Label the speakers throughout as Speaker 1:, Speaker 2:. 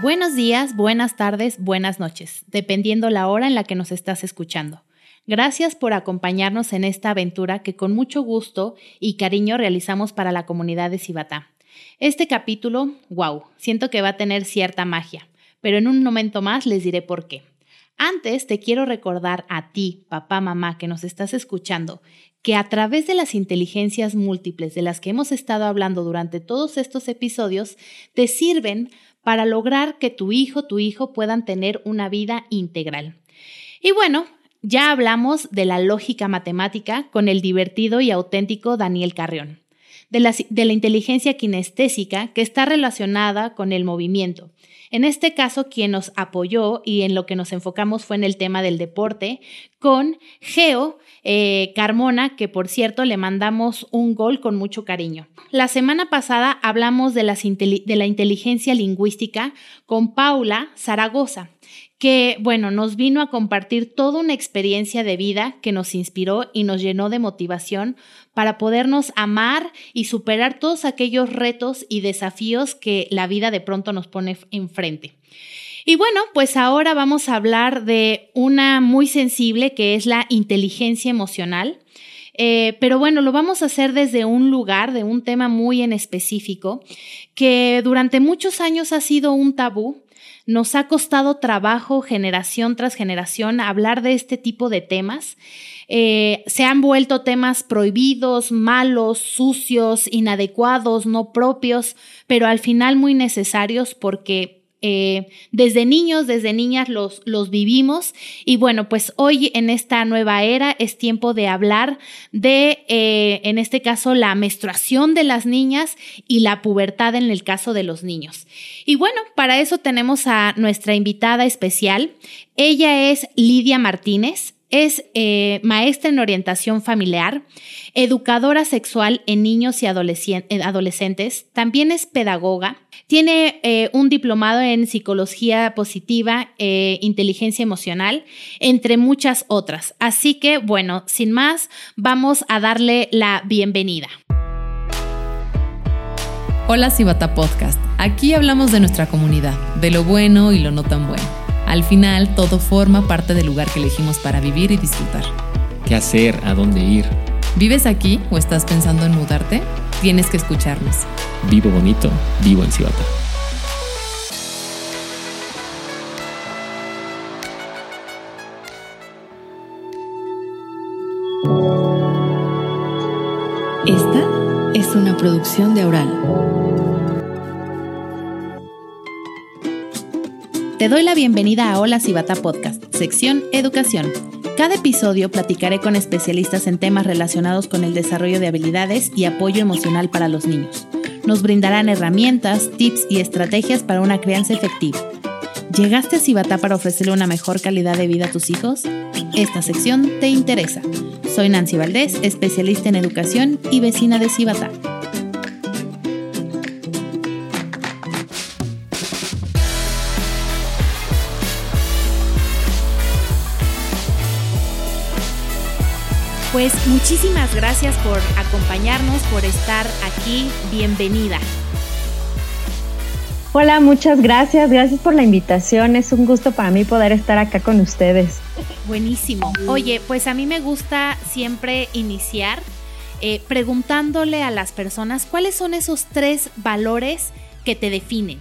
Speaker 1: Buenos días, buenas tardes, buenas noches, dependiendo la hora en la que nos estás escuchando. Gracias por acompañarnos en esta aventura que con mucho gusto y cariño realizamos para la comunidad de Cibatá. Este capítulo, siento que va a tener cierta magia, pero en un momento más les diré por qué. Antes te quiero recordar a ti, papá, mamá, que nos estás escuchando, que a través de las inteligencias múltiples de las que hemos estado hablando durante todos estos episodios, te sirven para lograr que tu hijo puedan tener una vida integral. Y bueno, ya hablamos de la lógica matemática con el divertido y auténtico Daniel Carrión, de la inteligencia kinestésica que está relacionada con el movimiento. En este caso, quien nos apoyó y en lo que nos enfocamos fue en el tema del deporte con Geo Carmona, que por cierto le mandamos un gol con mucho cariño. La semana pasada hablamos de la inteligencia lingüística con Paula Zaragoza, que, nos vino a compartir toda una experiencia de vida que nos inspiró y nos llenó de motivación para podernos amar y superar todos aquellos retos y desafíos que la vida de pronto nos pone enfrente. Y pues ahora vamos a hablar de una muy sensible que es la inteligencia emocional. Pero lo vamos a hacer desde un lugar, de un tema muy en específico, que durante muchos años ha sido un tabú. Nos ha costado trabajo, generación tras generación, hablar de este tipo de temas. Se han vuelto temas prohibidos, malos, sucios, inadecuados, no propios, pero al final muy necesarios porque desde niños, desde niñas los vivimos. Y pues hoy en esta nueva era es tiempo de hablar de, en este caso, la menstruación de las niñas y la pubertad en el caso de los niños. Y para eso tenemos a nuestra invitada especial. Ella es Lidia Martínez. Es maestra en orientación familiar, educadora sexual en niños y adolescentes, también es pedagoga, tiene un diplomado en psicología positiva, inteligencia emocional, entre muchas otras. Así que, sin más, vamos a darle la bienvenida.
Speaker 2: Hola Cibatá Podcast, aquí hablamos de nuestra comunidad, de lo bueno y lo no tan bueno. Al final, todo forma parte del lugar que elegimos para vivir y disfrutar.
Speaker 3: ¿Qué hacer? ¿A dónde ir?
Speaker 2: ¿Vives aquí o estás pensando en mudarte? Tienes que escucharnos.
Speaker 3: Vivo bonito, vivo en Cibatá.
Speaker 2: Esta es una producción de Aural.
Speaker 1: Te doy la bienvenida a Hola Cibatá Podcast, sección Educación. Cada episodio platicaré con especialistas en temas relacionados con el desarrollo de habilidades y apoyo emocional para los niños. Nos brindarán herramientas, tips y estrategias para una crianza efectiva. ¿Llegaste a Cibatá para ofrecerle una mejor calidad de vida a tus hijos? Esta sección te interesa. Soy Nancy Valdés, especialista en educación y vecina de Cibatá. Pues muchísimas gracias por acompañarnos, por estar aquí. Bienvenida.
Speaker 4: Hola, muchas gracias. Gracias por la invitación. Es un gusto para mí poder estar acá con ustedes.
Speaker 1: Buenísimo. Oye, pues a mí me gusta siempre iniciar preguntándole a las personas cuáles son esos 3 valores que te definen.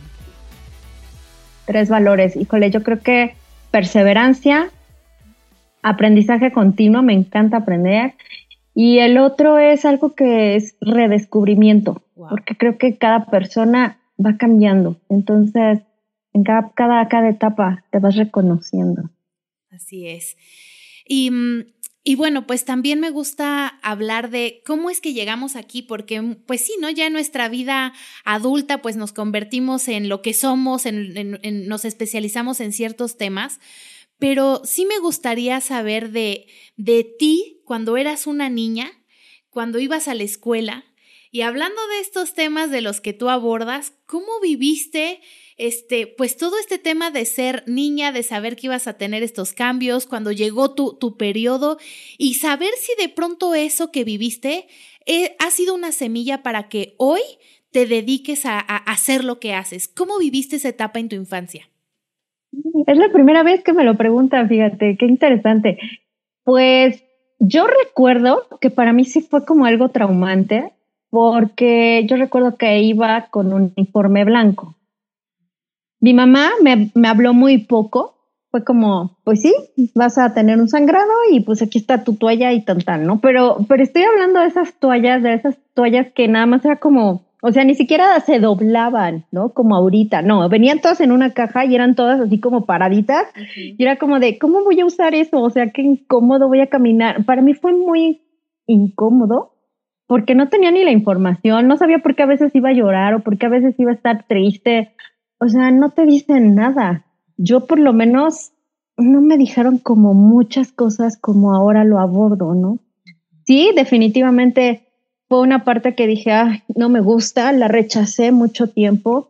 Speaker 4: 3 valores. Híjole, yo creo que perseverancia, aprendizaje continuo, me encanta aprender. Y el otro es algo que es redescubrimiento, porque creo que cada persona va cambiando. Entonces, en cada etapa te vas reconociendo.
Speaker 1: Así es. Y pues también me gusta hablar de cómo es que llegamos aquí, porque pues sí, ¿no? Ya en nuestra vida adulta pues nos convertimos en lo que somos, nos especializamos en ciertos temas. Pero sí me gustaría saber de ti cuando eras una niña, cuando ibas a la escuela, y hablando de estos temas de los que tú abordas, ¿cómo viviste pues todo este tema de ser niña, de saber que ibas a tener estos cambios, cuando llegó tu periodo, y saber si de pronto eso que viviste ha sido una semilla para que hoy te dediques a hacer lo que haces. ¿Cómo viviste esa etapa en tu infancia?
Speaker 4: Es la primera vez que me lo preguntan, fíjate, qué interesante. Pues yo recuerdo que para mí sí fue como algo traumante, porque yo recuerdo que iba con un uniforme blanco. Mi mamá me habló muy poco, fue como, pues sí, vas a tener un sangrado y pues aquí está tu toalla y tal, ¿no? Pero estoy hablando de esas toallas que nada más era como, o sea, ni siquiera se doblaban, ¿no? Como ahorita, no, venían todas en una caja y eran todas así como paraditas. Y era como de, ¿cómo voy a usar eso? O sea, qué incómodo voy a caminar. Para mí fue muy incómodo porque no tenía ni la información, no sabía por qué a veces iba a llorar o por qué a veces iba a estar triste. O sea, no te dicen nada. Yo por lo menos no me dijeron como muchas cosas como ahora lo abordo, ¿no? Sí, definitivamente fue una parte que dije, ay, no me gusta, la rechacé mucho tiempo.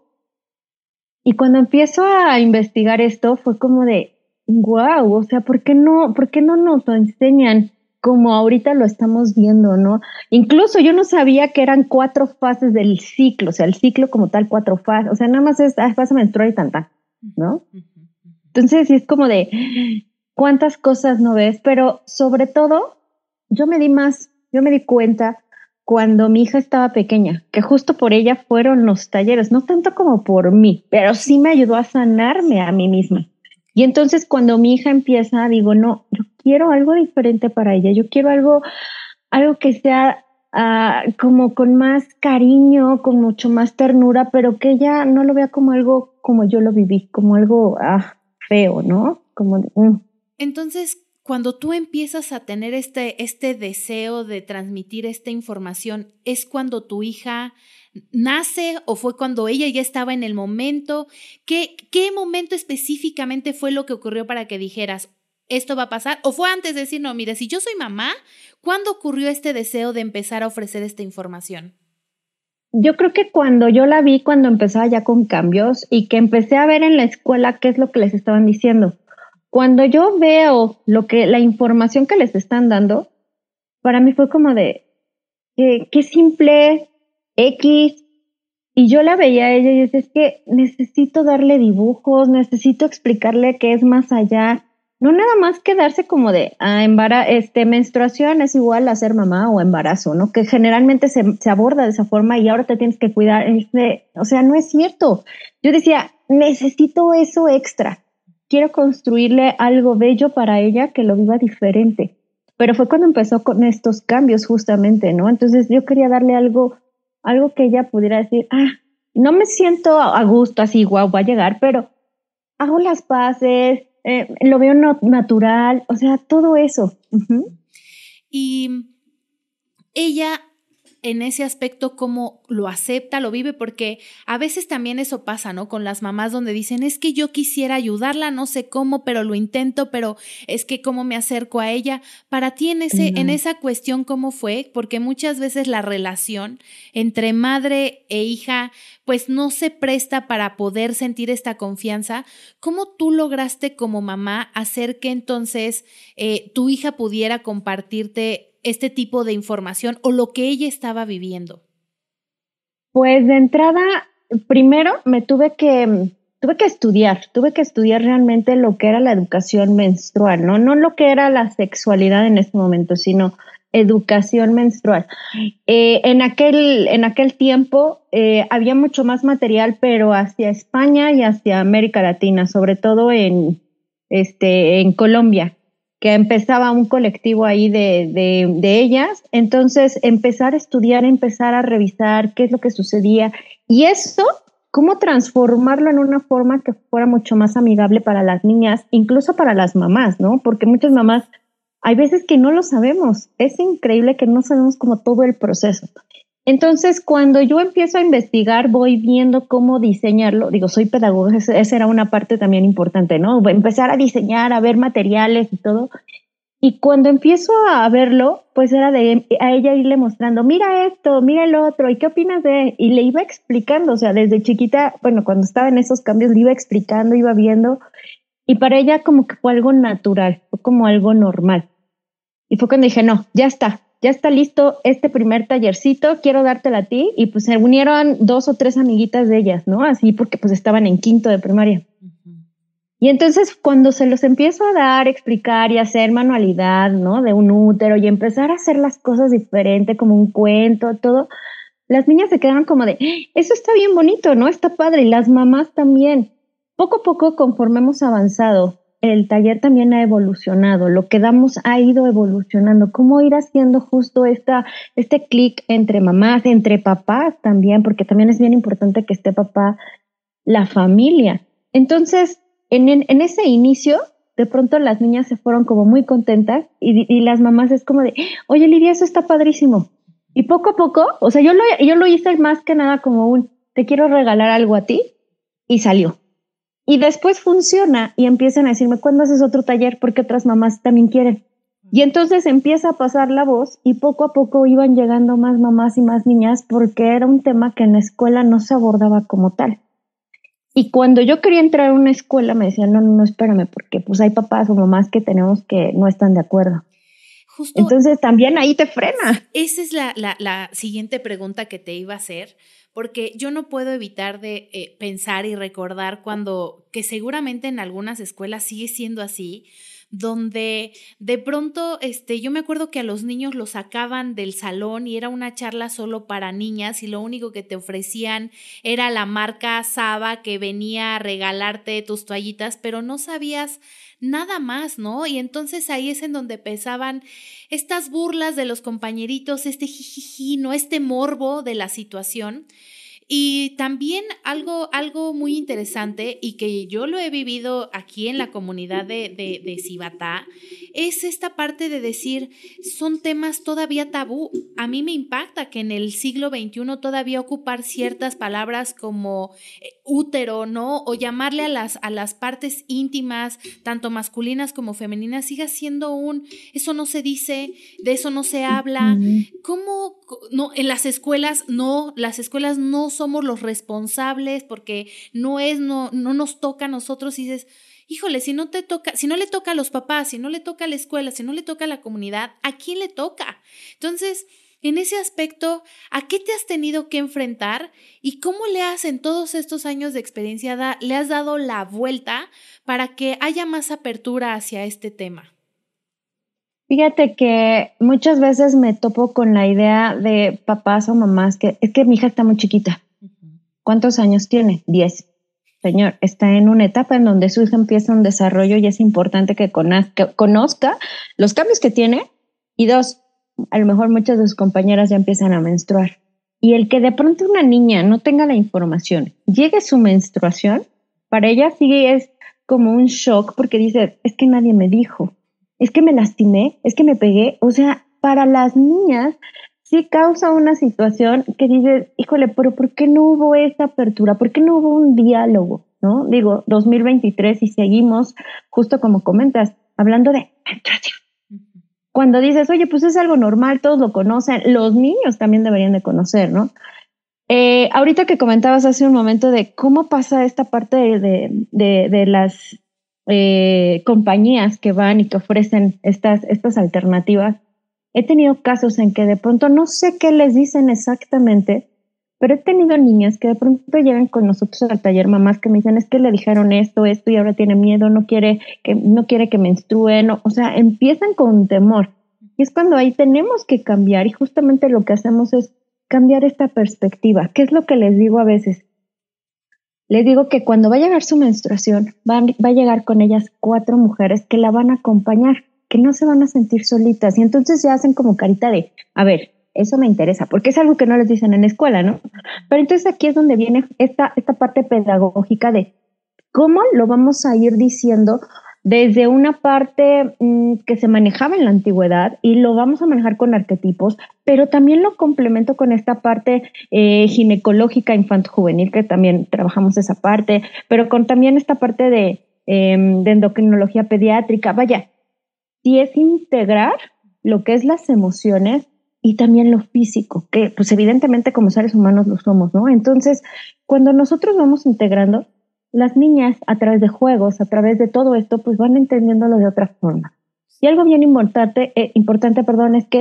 Speaker 4: Y cuando empiezo a investigar esto fue como de, wow, o sea, ¿por qué no nos lo enseñan como ahorita lo estamos viendo, ¿no? Incluso yo no sabía que eran 4 fases del ciclo, o sea, el ciclo como tal, 4 fases, o sea, nada más es fase menstrual y tanta, ¿no? Entonces sí es como de, ¿cuántas cosas no ves? Pero sobre todo, yo me di cuenta cuando mi hija estaba pequeña, que justo por ella fueron los talleres, no tanto como por mí, pero sí me ayudó a sanarme a mí misma. Y entonces cuando mi hija empieza, digo, no, yo quiero algo diferente para ella, yo quiero algo que sea como con más cariño, con mucho más ternura, pero que ella no lo vea como algo como yo lo viví, como algo feo, ¿no? Como
Speaker 1: Entonces, cuando tú empiezas a tener este deseo de transmitir esta información, ¿es cuando tu hija nace o fue cuando ella ya estaba en el momento? ¿Qué momento específicamente fue lo que ocurrió para que dijeras, esto va a pasar? ¿O fue antes de decir, no, mira, si yo soy mamá, ¿cuándo ocurrió este deseo de empezar a ofrecer esta información?
Speaker 4: Yo creo que cuando yo la vi, cuando empezaba ya con cambios y que empecé a ver en la escuela qué es lo que les estaban diciendo. Cuando yo veo la información que les están dando, para mí fue como de, qué simple, X, y yo la veía a ella y decía, es que necesito darle dibujos, necesito explicarle qué es más allá, no nada más quedarse como de, menstruación es igual a ser mamá o embarazo, ¿no? Que generalmente se aborda de esa forma y ahora te tienes que cuidar, o sea, no es cierto. Yo decía, necesito eso extra. Quiero construirle algo bello para ella que lo viva diferente. Pero fue cuando empezó con estos cambios justamente, ¿no? Entonces yo quería darle algo que ella pudiera decir, no me siento a gusto así, guau, va a llegar, pero hago las paces, lo veo natural, o sea, todo eso. Uh-huh.
Speaker 1: Y ella, en ese aspecto, ¿cómo lo acepta, lo vive? Porque a veces también eso pasa, ¿no? Con las mamás donde dicen, es que yo quisiera ayudarla, no sé cómo, pero lo intento, pero es que cómo me acerco a ella. Para ti en esa cuestión, ¿cómo fue? Porque muchas veces la relación entre madre e hija, pues no se presta para poder sentir esta confianza. ¿Cómo tú lograste como mamá hacer que entonces tu hija pudiera compartirte este tipo de información o lo que ella estaba viviendo?
Speaker 4: Pues de entrada, primero me tuve que estudiar realmente lo que era la educación menstrual, no lo que era la sexualidad en ese momento, sino educación menstrual. En aquel tiempo había mucho más material, pero hacia España y hacia América Latina, sobre todo en Colombia, que empezaba un colectivo ahí de ellas. Entonces, empezar a estudiar, empezar a revisar qué es lo que sucedía. Y eso, cómo transformarlo en una forma que fuera mucho más amigable para las niñas, incluso para las mamás, ¿no? Porque muchas mamás, hay veces que no lo sabemos. Es increíble que no sabemos como todo el proceso. Entonces, cuando yo empiezo a investigar, voy viendo cómo diseñarlo. Digo, soy pedagoga, esa era una parte también importante, ¿no? Empezar a diseñar, a ver materiales y todo. Y cuando empiezo a verlo, pues era a ella irle mostrando, mira esto, mira el otro, ¿y qué opinas de...? Y le iba explicando, o sea, desde chiquita, bueno, cuando estaba en esos cambios, le iba explicando, iba viendo. Y para ella como que fue algo natural, fue como algo normal. Y fue cuando dije, no, ya está. ya está listo este primer tallercito, quiero dártela a ti. Y pues se unieron 2 o 3 amiguitas de ellas, ¿no? Así porque pues estaban en quinto de primaria. Y entonces cuando se los empiezo a dar, explicar y hacer manualidad, ¿no? De un útero y empezar a hacer las cosas diferente, como un cuento, todo, las niñas se quedaron como de, eso está bien bonito, ¿no? Está padre. Y las mamás también. Poco a poco, conforme hemos avanzado, el taller también ha evolucionado. Lo que damos ha ido evolucionando. Cómo ir haciendo justo este clic entre mamás, entre papás también, porque también es bien importante que esté papá, la familia. Entonces, en ese inicio, de pronto las niñas se fueron como muy contentas y las mamás es como de, oye Lidia, eso está padrísimo. Y poco a poco, o sea, yo lo hice más que nada como te quiero regalar algo a ti, y salió. Y después funciona y empiezan a decirme, ¿cuándo haces otro taller? Porque otras mamás también quieren. Y entonces empieza a pasar la voz y poco a poco iban llegando más mamás y más niñas porque era un tema que en la escuela no se abordaba como tal. Y cuando yo quería entrar a una escuela me decían, no, espérame, porque pues hay papás o mamás que tenemos que no están de acuerdo. Justo, entonces también ahí te frena.
Speaker 1: Esa es la siguiente pregunta que te iba a hacer, porque yo no puedo evitar de pensar y recordar que seguramente en algunas escuelas sigue siendo así, donde de pronto yo me acuerdo que a los niños los sacaban del salón y era una charla solo para niñas y lo único que te ofrecían era la marca Saba que venía a regalarte tus toallitas, pero no sabías nada más, ¿no? Y entonces ahí es en donde empezaban estas burlas de los compañeritos, jijiji, ¿no? Este morbo de la situación. Y también algo muy interesante y que yo lo he vivido aquí en la comunidad de Cibatá es esta parte de decir, son temas todavía tabú. A mí me impacta que en el siglo XXI todavía ocupar ciertas palabras como útero, ¿no? O llamarle a las partes íntimas, tanto masculinas como femeninas, siga siendo eso no se dice, de eso no se habla. ¿Cómo? No, en las escuelas no somos los responsables porque no nos toca a nosotros y dices, híjole, si no le toca a los papás, si no le toca a la escuela, si no le toca a la comunidad, ¿a quién le toca? Entonces, en ese aspecto, ¿a qué te has tenido que enfrentar y cómo le has en todos estos años de experiencia, le has dado la vuelta para que haya más apertura hacia este tema?
Speaker 4: Fíjate que muchas veces me topo con la idea de papás o mamás que es que mi hija está muy chiquita. ¿Cuántos años tiene? 10. Señor, está en una etapa en donde su hija empieza un desarrollo y es importante que conozca los cambios que tiene. Y 2, a lo mejor muchas de sus compañeras ya empiezan a menstruar. Y el que de pronto una niña no tenga la información, llegue su menstruación, para ella sí es como un shock porque dice, es que nadie me dijo. Es que me lastimé, es que me pegué. O sea, para las niñas sí causa una situación que dices, híjole, pero ¿por qué no hubo esa apertura? ¿Por qué no hubo un diálogo? ¿No? Digo, 2023 y seguimos, justo como comentas, hablando de menstruación. Cuando dices, oye, pues es algo normal, todos lo conocen, los niños también deberían de conocer, ¿no? Ahorita que comentabas hace un momento de cómo pasa esta parte de las compañías que van y que ofrecen estas alternativas, he tenido casos en que de pronto no sé qué les dicen exactamente, pero he tenido niñas que de pronto llegan con nosotros al taller, mamás que me dicen, es que le dijeron esto y ahora tiene miedo, no quiere que menstruen, o sea, empiezan con temor. Y es cuando ahí tenemos que cambiar y justamente lo que hacemos es cambiar esta perspectiva. ¿Qué es lo que les digo a veces? Les digo que cuando va a llegar su menstruación, va a llegar con ellas 4 mujeres que la van a acompañar, que no se van a sentir solitas. Y entonces ya hacen como carita de, a ver, eso me interesa, porque es algo que no les dicen en la escuela, ¿no? Pero entonces aquí es donde viene esta parte pedagógica de cómo lo vamos a ir diciendo desde una parte que se manejaba en la antigüedad y lo vamos a manejar con arquetipos, pero también lo complemento con esta parte ginecológica infanto-juvenil, que también trabajamos esa parte, pero con también esta parte de endocrinología pediátrica. Vaya, sí es integrar lo que es las emociones y también lo físico, que pues evidentemente como seres humanos lo somos, ¿no? Entonces, cuando nosotros vamos integrando, las niñas a través de juegos, a través de todo esto, pues van entendiéndolo de otra forma. Y algo bien importante, es que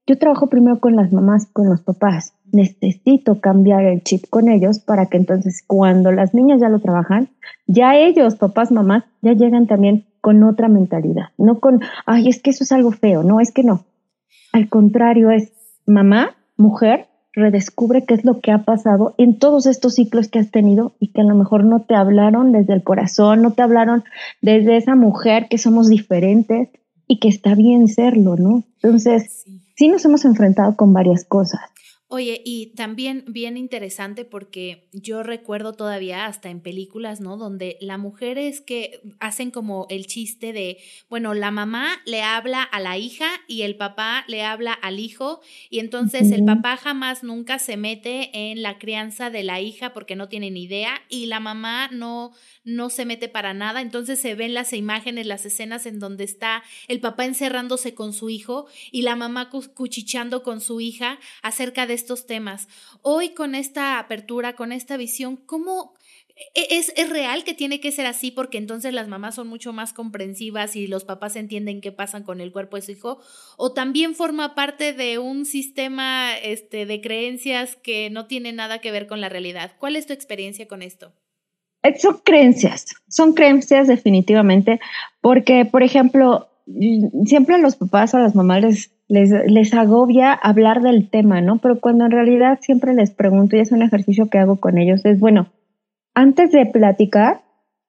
Speaker 4: yo trabajo primero con las mamás, con los papás. Necesito cambiar el chip con ellos para que entonces cuando las niñas ya lo trabajan, ya ellos, papás, mamás, ya llegan también con otra mentalidad. No con, ay, es que eso es algo feo. No, es que no. Al contrario, es mamá, mujer, redescubre qué es lo que ha pasado en todos estos ciclos que has tenido y que a lo mejor no te hablaron desde el corazón, no te hablaron desde esa mujer que somos diferentes y que está bien serlo, ¿no? Entonces, sí nos hemos enfrentado con varias cosas.
Speaker 1: Oye, y también bien interesante porque yo recuerdo todavía hasta en películas, ¿no? Donde la mujer es que hacen como el chiste de, bueno, la mamá le habla a la hija y el papá le habla al hijo y entonces el papá jamás nunca se mete en la crianza de la hija porque no tiene ni idea y la mamá no se mete para nada, entonces se ven las imágenes, las escenas en donde está el papá encerrándose con su hijo y la mamá cuchicheando con su hija acerca de estos temas. Hoy con esta apertura, con esta visión, ¿cómo es real que tiene que ser así? Porque entonces las mamás son mucho más comprensivas y los papás entienden qué pasa con el cuerpo de su hijo, o también forma parte de un sistema de creencias que no tiene nada que ver con la realidad. ¿Cuál es tu experiencia con esto?
Speaker 4: Son creencias definitivamente, porque, por ejemplo, siempre a los papás o a las mamás les agobia hablar del tema, ¿no? Pero cuando en realidad siempre les pregunto, y es un ejercicio que hago con ellos, es, bueno, antes de platicar,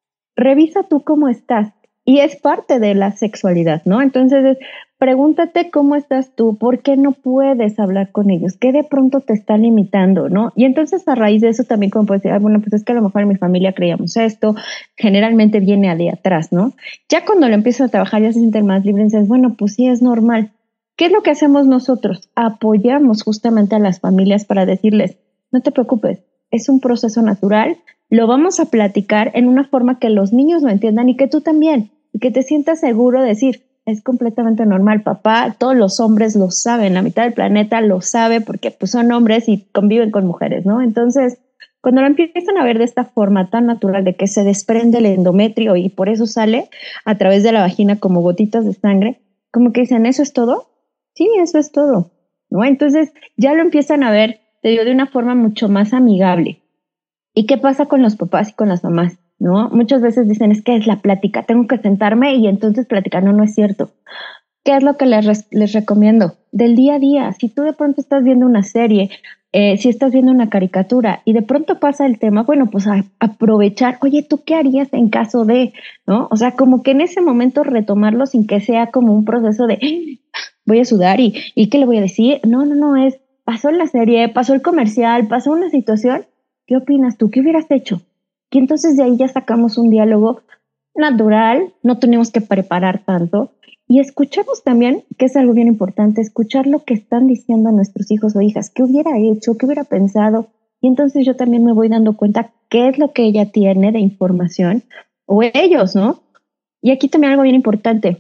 Speaker 4: revisa tú cómo estás. Y es parte de la sexualidad, ¿no? Entonces, pregúntate cómo estás tú, por qué no puedes hablar con ellos, qué de pronto te está limitando, ¿no? Y entonces a raíz de eso también como puedes decir, bueno, pues es que a lo mejor en mi familia creíamos esto, generalmente viene de atrás, ¿no? Ya cuando lo empiezas a trabajar ya se sienten más libres, y dices, bueno, pues sí es normal. ¿Qué es lo que hacemos nosotros? Apoyamos justamente a las familias para decirles, no te preocupes, es un proceso natural, lo vamos a platicar en una forma que los niños lo entiendan y que tú también, y que te sientas seguro de decir, es completamente normal, papá, todos los hombres lo saben, la mitad del planeta lo sabe porque pues son hombres y conviven con mujeres, ¿no? Entonces, cuando lo empiezan a ver de esta forma tan natural de que se desprende el endometrio y por eso sale a través de la vagina como gotitas de sangre, como que dicen, ¿eso es todo? Sí, eso es todo, ¿no? Entonces, ya lo empiezan a ver, te digo, de una forma mucho más amigable. ¿Y qué pasa con los papás y con las mamás? ¿No? Muchas veces dicen, es que es la plática, tengo que sentarme y entonces platicar. No, no es cierto. ¿Qué es lo que les recomiendo? Del día a día. Si tú de pronto estás viendo una serie, si estás viendo una caricatura y de pronto pasa el tema, bueno, pues aprovechar, oye, ¿tú qué harías en caso de? ¿No? O sea, como que en ese momento retomarlo sin que sea como un proceso de voy a sudar y ¿qué le voy a decir? No, es pasó la serie, pasó el comercial, pasó una situación. ¿Qué opinas tú? ¿Qué hubieras hecho? Y entonces de ahí ya sacamos un diálogo natural, no tenemos que preparar tanto. Y escuchamos también, que es algo bien importante, escuchar lo que están diciendo nuestros hijos o hijas, qué hubiera hecho, qué hubiera pensado. Y entonces yo también me voy dando cuenta qué es lo que ella tiene de información, o ellos, ¿no? Y aquí también algo bien importante.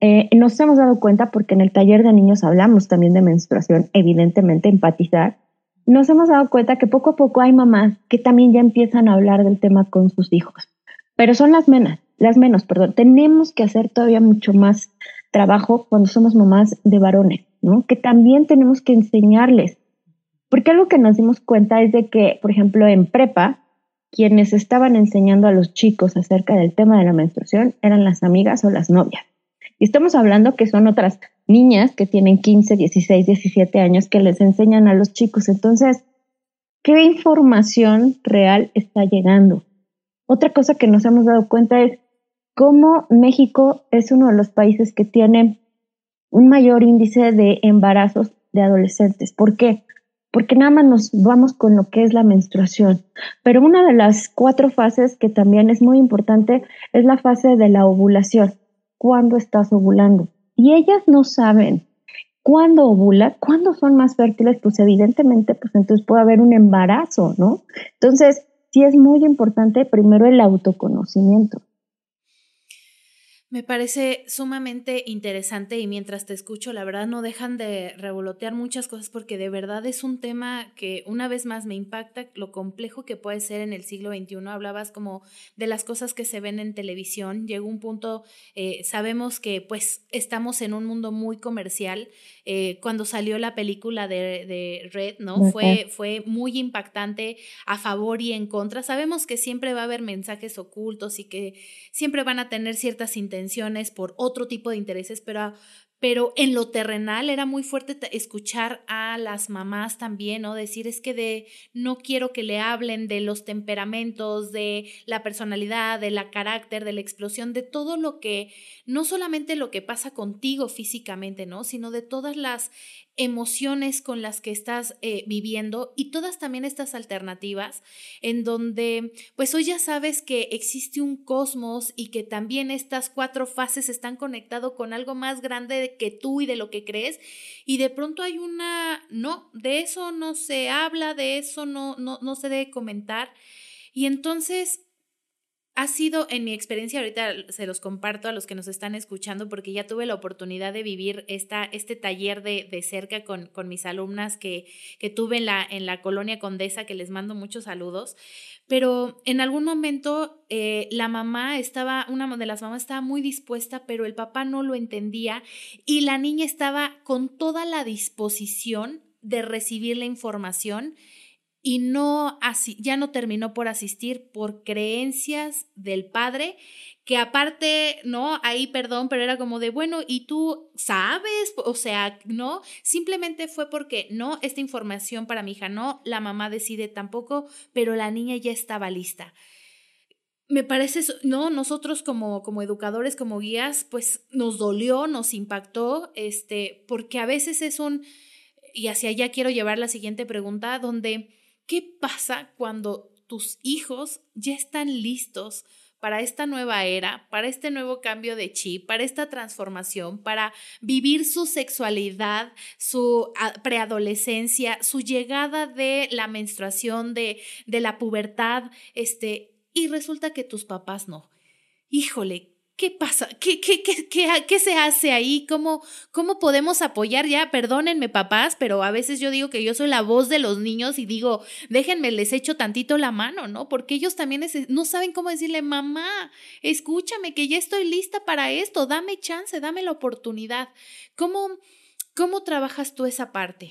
Speaker 4: Nos hemos dado cuenta, porque en el taller de niños hablamos también de menstruación, evidentemente empatizar. Nos hemos dado cuenta que poco a poco hay mamás que también ya empiezan a hablar del tema con sus hijos, pero son las menos. Tenemos que hacer todavía mucho más trabajo cuando somos mamás de varones, ¿no? Que también tenemos que enseñarles, porque algo que nos dimos cuenta es de que, por ejemplo, en prepa, quienes estaban enseñando a los chicos acerca del tema de la menstruación eran las amigas o las novias. Y estamos hablando que son otras niñas que tienen 15, 16, 17 años que les enseñan a los chicos. Entonces, ¿qué información real está llegando? Otra cosa que nos hemos dado cuenta es cómo México es uno de los países que tiene un mayor índice de embarazos de adolescentes. ¿Por qué? Porque nada más nos vamos con lo que es la menstruación. Pero una de las 4 fases que también es muy importante es la fase de la ovulación. ¿Cuándo estás ovulando? Y ellas no saben cuándo ovula, cuándo son más fértiles, pues evidentemente, pues entonces puede haber un embarazo, ¿no? Entonces, sí es muy importante primero el autoconocimiento.
Speaker 1: Me parece sumamente interesante y mientras te escucho, la verdad no dejan de revolotear muchas cosas porque de verdad es un tema que una vez más me impacta lo complejo que puede ser en el siglo XXI. Hablabas como de las cosas que se ven en televisión. Llegó un punto, sabemos que pues estamos en un mundo muy comercial. Cuando salió la película de Red, ¿no? Fue muy impactante a favor y en contra. Sabemos que siempre va a haber mensajes ocultos y que siempre van a tener ciertas intenciones por otro tipo de intereses, pero en lo terrenal era muy fuerte escuchar a las mamás también, ¿no? Decir, es que no quiero que le hablen de los temperamentos, de la personalidad, de la carácter, de la explosión, de todo lo que, no solamente lo que pasa contigo físicamente, ¿no? Sino de todas las emociones con las que estás viviendo y todas también estas alternativas en donde pues hoy ya sabes que existe un cosmos y que también estas 4 fases están conectadas con algo más grande que tú y de lo que crees y de pronto hay no, de eso no se habla, de eso no se debe comentar y entonces ha sido, en mi experiencia, ahorita se los comparto a los que nos están escuchando porque ya tuve la oportunidad de vivir este taller de cerca con mis alumnas que tuve en la Colonia Condesa, que les mando muchos saludos, pero en algún momento una de las mamás estaba muy dispuesta, pero el papá no lo entendía y la niña estaba con toda la disposición de recibir la información y ya no terminó por asistir por creencias del padre, que aparte, ¿no? Ahí, perdón, pero era como de, bueno, ¿y tú sabes? O sea, ¿no? Simplemente fue porque, no, esta información para mi hija, no, la mamá decide tampoco, pero la niña ya estaba lista. Me parece, ¿no? Nosotros como educadores, como guías, pues nos dolió, nos impactó, porque a veces y hacia allá quiero llevar la siguiente pregunta, donde ¿qué pasa cuando tus hijos ya están listos para esta nueva era, para este nuevo cambio de chip, para esta transformación, para vivir su sexualidad, su preadolescencia, su llegada de la menstruación, de la pubertad, y resulta que tus papás no? Híjole, ¿qué pasa? ¿Qué se hace ahí? ¿Cómo podemos apoyar? Ya, perdónenme papás, pero a veces yo digo que yo soy la voz de los niños y digo, déjenme, les echo tantito la mano, ¿no? Porque ellos también no saben cómo decirle, mamá, escúchame, que ya estoy lista para esto, dame chance, dame la oportunidad. ¿Cómo trabajas tú esa parte?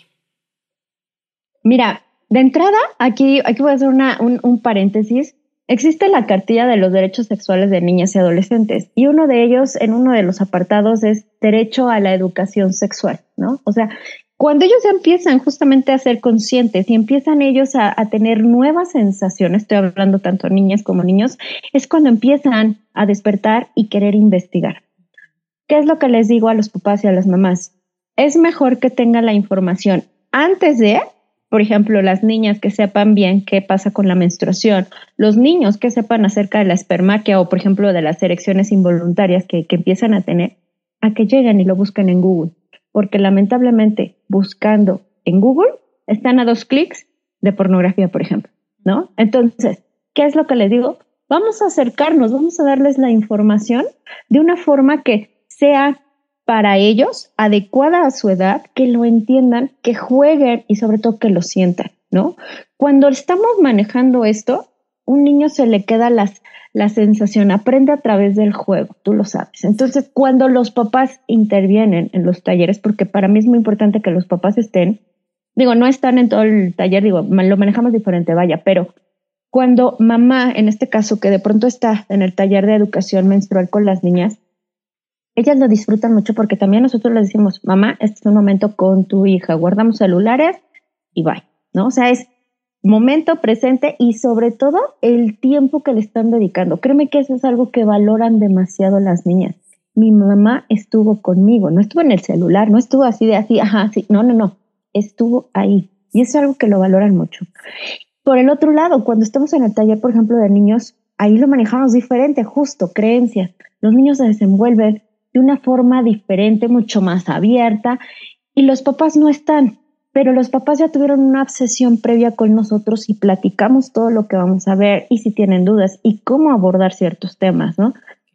Speaker 4: Mira, de entrada, aquí voy a hacer un paréntesis. Existe la cartilla de los derechos sexuales de niñas y adolescentes y uno de ellos, en uno de los apartados, es derecho a la educación sexual, ¿no? O sea, cuando ellos ya empiezan justamente a ser conscientes y empiezan ellos a tener nuevas sensaciones, estoy hablando tanto niñas como niños, es cuando empiezan a despertar y querer investigar. ¿Qué es lo que les digo a los papás y a las mamás? Es mejor que tengan la información antes de... Por ejemplo, las niñas que sepan bien qué pasa con la menstruación, los niños que sepan acerca de la espermaquia o, por ejemplo, de las erecciones involuntarias que empiezan a tener, a que lleguen y lo busquen en Google. Porque lamentablemente, buscando en Google, están a 2 clics de pornografía, por ejemplo, ¿no? Entonces, ¿qué es lo que les digo? Vamos a acercarnos, vamos a darles la información de una forma que sea para ellos, adecuada a su edad, que lo entiendan, que jueguen y sobre todo que lo sientan, ¿no? Cuando estamos manejando esto, un niño se le queda la sensación, aprende a través del juego, tú lo sabes. Entonces, cuando los papás intervienen en los talleres, porque para mí es muy importante que los papás estén, no están en todo el taller, lo manejamos diferente, vaya, pero cuando mamá, en este caso, que de pronto está en el taller de educación menstrual con las niñas, ellas lo disfrutan mucho porque también nosotros les decimos, mamá, este es un momento con tu hija, guardamos celulares y bye, ¿no? O sea, es momento presente y sobre todo el tiempo que le están dedicando. Créeme que eso es algo que valoran demasiado las niñas. Mi mamá estuvo conmigo, no estuvo en el celular, no estuvo así, ajá, sí, no, estuvo ahí. Y eso es algo que lo valoran mucho. Por el otro lado, cuando estamos en el taller, por ejemplo, de niños, ahí lo manejamos diferente, justo, creencias. Los niños se desenvuelven de una forma diferente, mucho más abierta, y los papás no están, pero los papás ya tuvieron una obsesión previa con nosotros y platicamos todo lo que vamos a ver y si tienen dudas y cómo abordar ciertos temas, ¿no?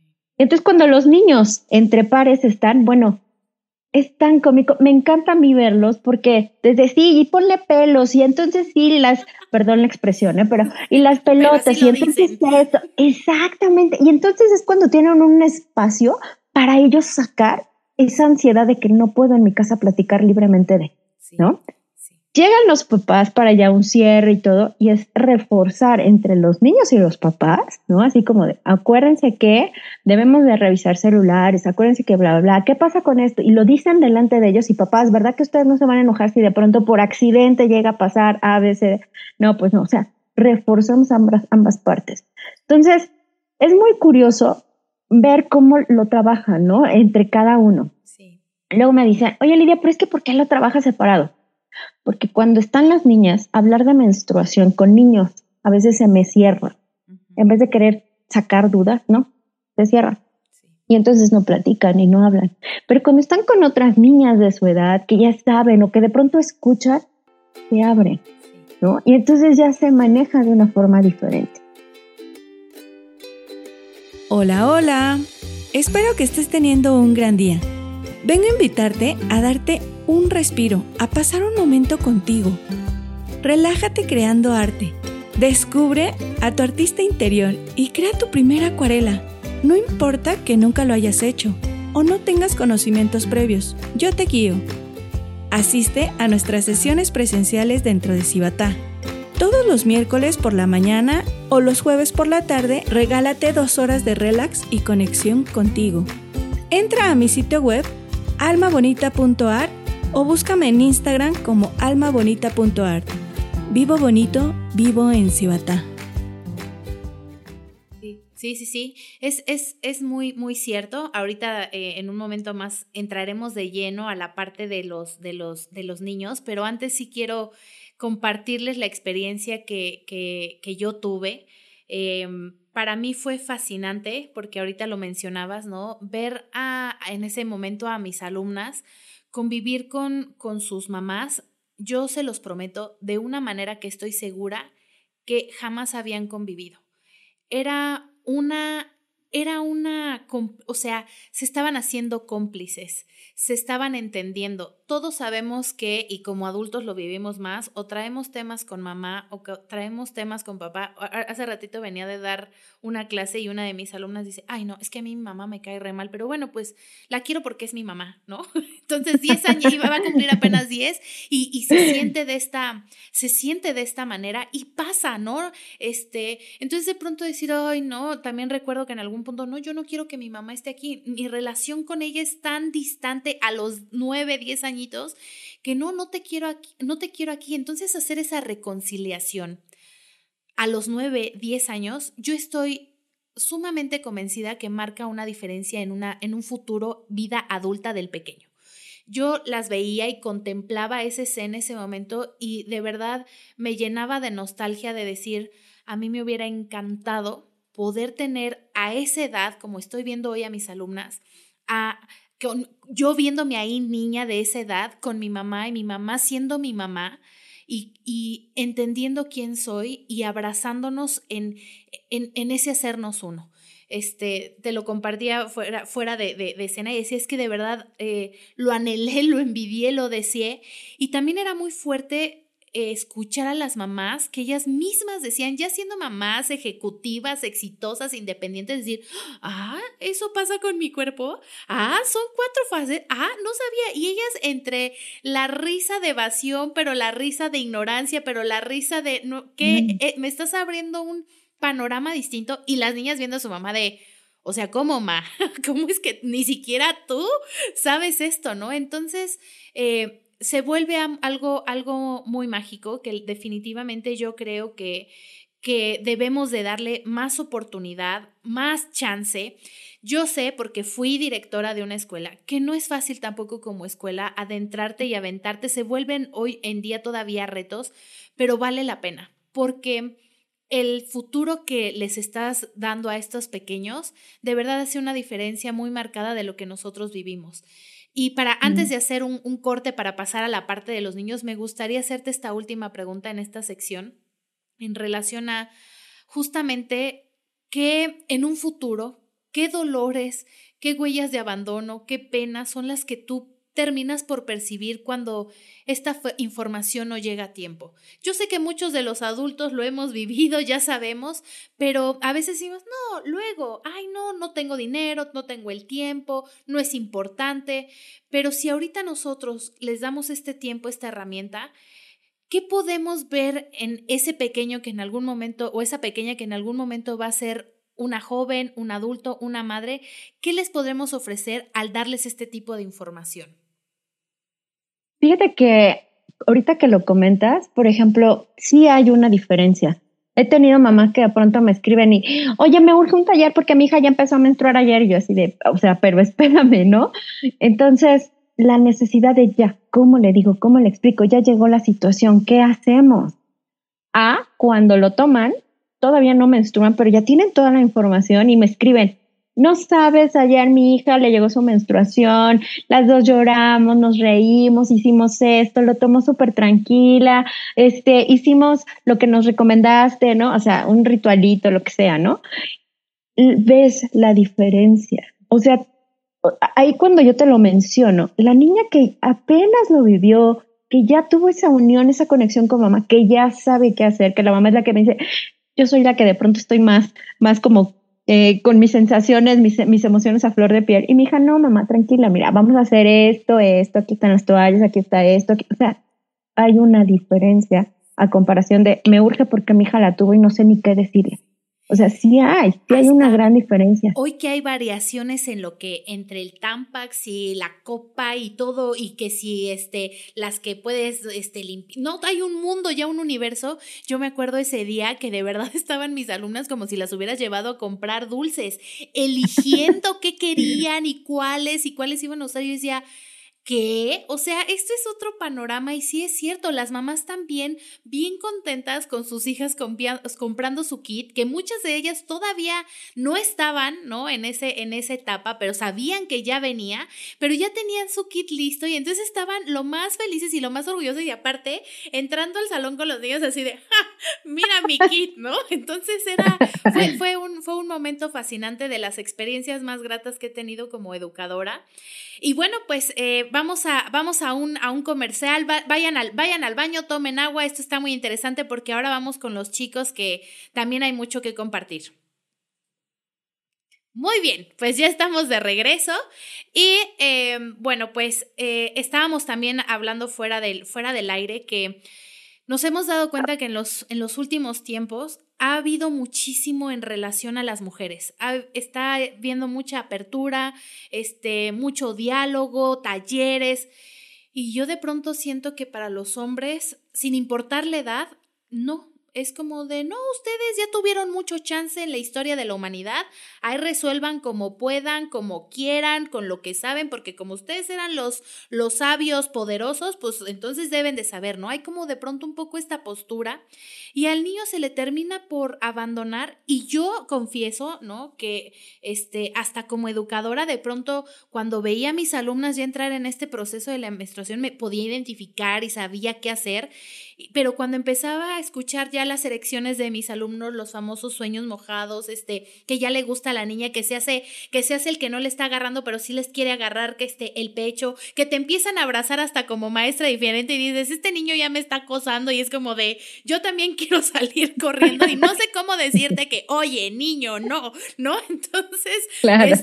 Speaker 4: Entonces, cuando los niños entre pares están, bueno, es tan cómico. Me encanta a mí verlos porque desde sí, y ponle pelos, y entonces sí, perdón la expresión, pero, y las pelotas, y entonces eso, exactamente. Y entonces es cuando tienen un espacio para ellos sacar esa ansiedad de que no puedo en mi casa platicar libremente de, ¿no? Llegan los papás para ya un cierre y todo, y es reforzar entre los niños y los papás, ¿no? Así como de, acuérdense que debemos de revisar celulares, acuérdense que bla, bla, bla, ¿qué pasa con esto? Y lo dicen delante de ellos y papás, ¿verdad que ustedes no se van a enojar si de pronto por accidente llega a pasar A, B, C? No, pues no, o sea, reforzamos ambas partes. Entonces, es muy curioso ver cómo lo trabajan, ¿no? Entre cada uno. Sí. Luego me dicen, oye Lidia, pero es que ¿por qué lo trabajas separado? Porque cuando están las niñas, hablar de menstruación con niños a veces se me cierra. En vez de querer sacar dudas, ¿no? Se cierra. Sí. Y entonces no platican y no hablan. Pero cuando están con otras niñas de su edad, que ya saben o que de pronto escuchan, se abren, ¿no? Y entonces ya se maneja de una forma diferente.
Speaker 5: Hola, hola. Espero que estés teniendo un gran día. Vengo a invitarte a darte un respiro, a pasar un momento contigo. Relájate creando arte. Descubre a tu artista interior y crea tu primera acuarela. No importa que nunca lo hayas hecho o no tengas conocimientos previos, yo te guío. Asiste a nuestras sesiones presenciales dentro de Cibatá. Todos los miércoles por la mañana o los jueves por la tarde, regálate 2 horas de relax y conexión contigo. Entra a mi sitio web almabonita.art o búscame en Instagram como almabonita.art. Vivo bonito, vivo en Cibatá.
Speaker 1: Sí. Es muy, muy cierto. Ahorita en un momento más entraremos de lleno a la parte de los niños, pero antes sí quiero compartirles la experiencia que yo tuve. Para mí fue fascinante porque ahorita lo mencionabas, ¿no? Ver en ese momento a mis alumnas convivir con sus mamás, yo se los prometo, de una manera que estoy segura que jamás habían convivido. O sea, se estaban haciendo cómplices, se estaban entendiendo. Todos sabemos que, y como adultos lo vivimos más, o traemos temas con mamá o traemos temas con papá. Hace ratito venía de dar una clase y una de mis alumnas dice, ay no, es que a mí mi mamá me cae re mal, pero bueno, pues la quiero porque es mi mamá, ¿no? Entonces 10 años, va a cumplir apenas 10 y se siente de esta manera y pasa, ¿no? Entonces de pronto decir, ay no, también recuerdo que en algún punto, no, yo no quiero que mi mamá esté aquí, mi relación con ella es tan distante a los 9, 10 añitos que no te quiero aquí, entonces hacer esa reconciliación a los 9, 10 años, yo estoy sumamente convencida que marca una diferencia en un futuro vida adulta del pequeño. Yo las veía y contemplaba esa escena, ese momento, y de verdad me llenaba de nostalgia de decir, a mí me hubiera encantado poder tener a esa edad, como estoy viendo hoy a mis alumnas, yo viéndome ahí niña de esa edad con mi mamá y mi mamá siendo mi mamá y entendiendo quién soy y abrazándonos en ese hacernos uno. Te lo compartía fuera de escena y decía, es que de verdad lo anhelé, lo envidié, lo deseé, y también era muy fuerte escuchar a las mamás que ellas mismas decían, ya siendo mamás ejecutivas, exitosas, independientes, decir, eso pasa con mi cuerpo, son 4 fases, no sabía, y ellas entre la risa de evasión, pero la risa de ignorancia, pero la risa de, me estás abriendo un panorama distinto, y las niñas viendo a su mamá de, o sea, ¿cómo, ma? ¿Cómo es que ni siquiera tú sabes esto, no? Entonces, se vuelve algo muy mágico que definitivamente yo creo que debemos de darle más oportunidad, más chance. Yo sé, porque fui directora de una escuela, que no es fácil tampoco como escuela adentrarte y aventarte. Se vuelven hoy en día todavía retos, pero vale la pena, porque el futuro que les estás dando a estos pequeños de verdad hace una diferencia muy marcada de lo que nosotros vivimos. Y antes de hacer un corte para pasar a la parte de los niños, me gustaría hacerte esta última pregunta en esta sección en relación a justamente que en un futuro qué dolores, qué huellas de abandono, qué penas son las que tú terminas por percibir cuando esta información no llega a tiempo. Yo sé que muchos de los adultos lo hemos vivido, ya sabemos, pero a veces decimos, no, luego, ay no, no tengo dinero, no tengo el tiempo, no es importante, pero si ahorita nosotros les damos este tiempo, esta herramienta, ¿qué podemos ver en ese pequeño que en algún momento, o esa pequeña que en algún momento va a ser una joven, un adulto, una madre? ¿Qué les podremos ofrecer al darles este tipo de información?
Speaker 4: Fíjate que ahorita que lo comentas, por ejemplo, sí hay una diferencia. He tenido mamás que de pronto me escriben y, oye, me urge un taller porque mi hija ya empezó a menstruar ayer. Y yo así de, o sea, pero espérame, ¿no? Entonces, la necesidad de ya, ¿cómo le digo? ¿Cómo le explico? Ya llegó la situación, ¿qué hacemos? Cuando lo toman, todavía no menstruan, pero ya tienen toda la información y me escriben, no sabes, ayer mi hija le llegó su menstruación, las dos lloramos, nos reímos, hicimos esto, lo tomó súper tranquila, hicimos lo que nos recomendaste, ¿no? O sea, un ritualito, lo que sea, ¿no? Ves la diferencia. O sea, ahí cuando yo te lo menciono, la niña que apenas lo vivió, que ya tuvo esa unión, esa conexión con mamá, que ya sabe qué hacer, que la mamá es la que me dice, yo soy la que de pronto estoy más como con mis sensaciones, mis emociones a flor de piel. Y mi hija, no, mamá, tranquila, mira, vamos a hacer esto, aquí están las toallas, aquí está esto. O sea, hay una diferencia a comparación de me urge porque mi hija la tuvo y no sé ni qué decirle. O sea, sí hay una gran diferencia.
Speaker 1: Hoy que hay variaciones en lo que entre el Tampax y la copa y todo, y que si las que puedes limpiar, no, hay un mundo, ya un universo. Yo me acuerdo ese día que de verdad estaban mis alumnas como si las hubieras llevado a comprar dulces, eligiendo qué querían y cuáles iban a usar. Y yo decía, ¿qué? O sea, esto es otro panorama y sí es cierto, las mamás también bien contentas con sus hijas comprando su kit, que muchas de ellas todavía no estaban, ¿no? en esa etapa, pero sabían que ya venía, pero ya tenían su kit listo y entonces estaban lo más felices y lo más orgullosos y aparte entrando al salón con los niños así de, ¡ja! Mira mi kit, ¿no? Entonces fue un momento fascinante, de las experiencias más gratas que he tenido como educadora. Y bueno, pues vamos a un comercial. Vayan al baño, tomen agua. Esto está muy interesante porque ahora vamos con los chicos, que también hay mucho que compartir. Muy bien, pues ya estamos de regreso y bueno, pues estábamos también hablando fuera del aire que nos hemos dado cuenta que en los últimos tiempos ha habido muchísimo en relación a las mujeres. Está viendo mucha apertura, mucho diálogo, talleres. Y yo de pronto siento que para los hombres, sin importar la edad, no. Es como de, no, ustedes ya tuvieron mucho chance en la historia de la humanidad, ahí resuelvan como puedan, como quieran, con lo que saben, porque como ustedes eran los sabios poderosos, pues entonces deben de saber, ¿no? Hay como de pronto un poco esta postura y al niño se le termina por abandonar. Y yo confieso, ¿no? Que hasta como educadora de pronto cuando veía a mis alumnas ya entrar en este proceso de la menstruación me podía identificar y sabía qué hacer, pero cuando empezaba a escuchar ya las erecciones de mis alumnos, los famosos sueños mojados, que ya le gusta a la niña, que se hace el que no le está agarrando, pero sí les quiere agarrar, que el pecho, que te empiezan a abrazar hasta como maestra diferente y dices, este niño ya me está acosando, y es como de, yo también quiero salir corriendo y no sé cómo decirte que, oye, niño, no, entonces,
Speaker 4: claro.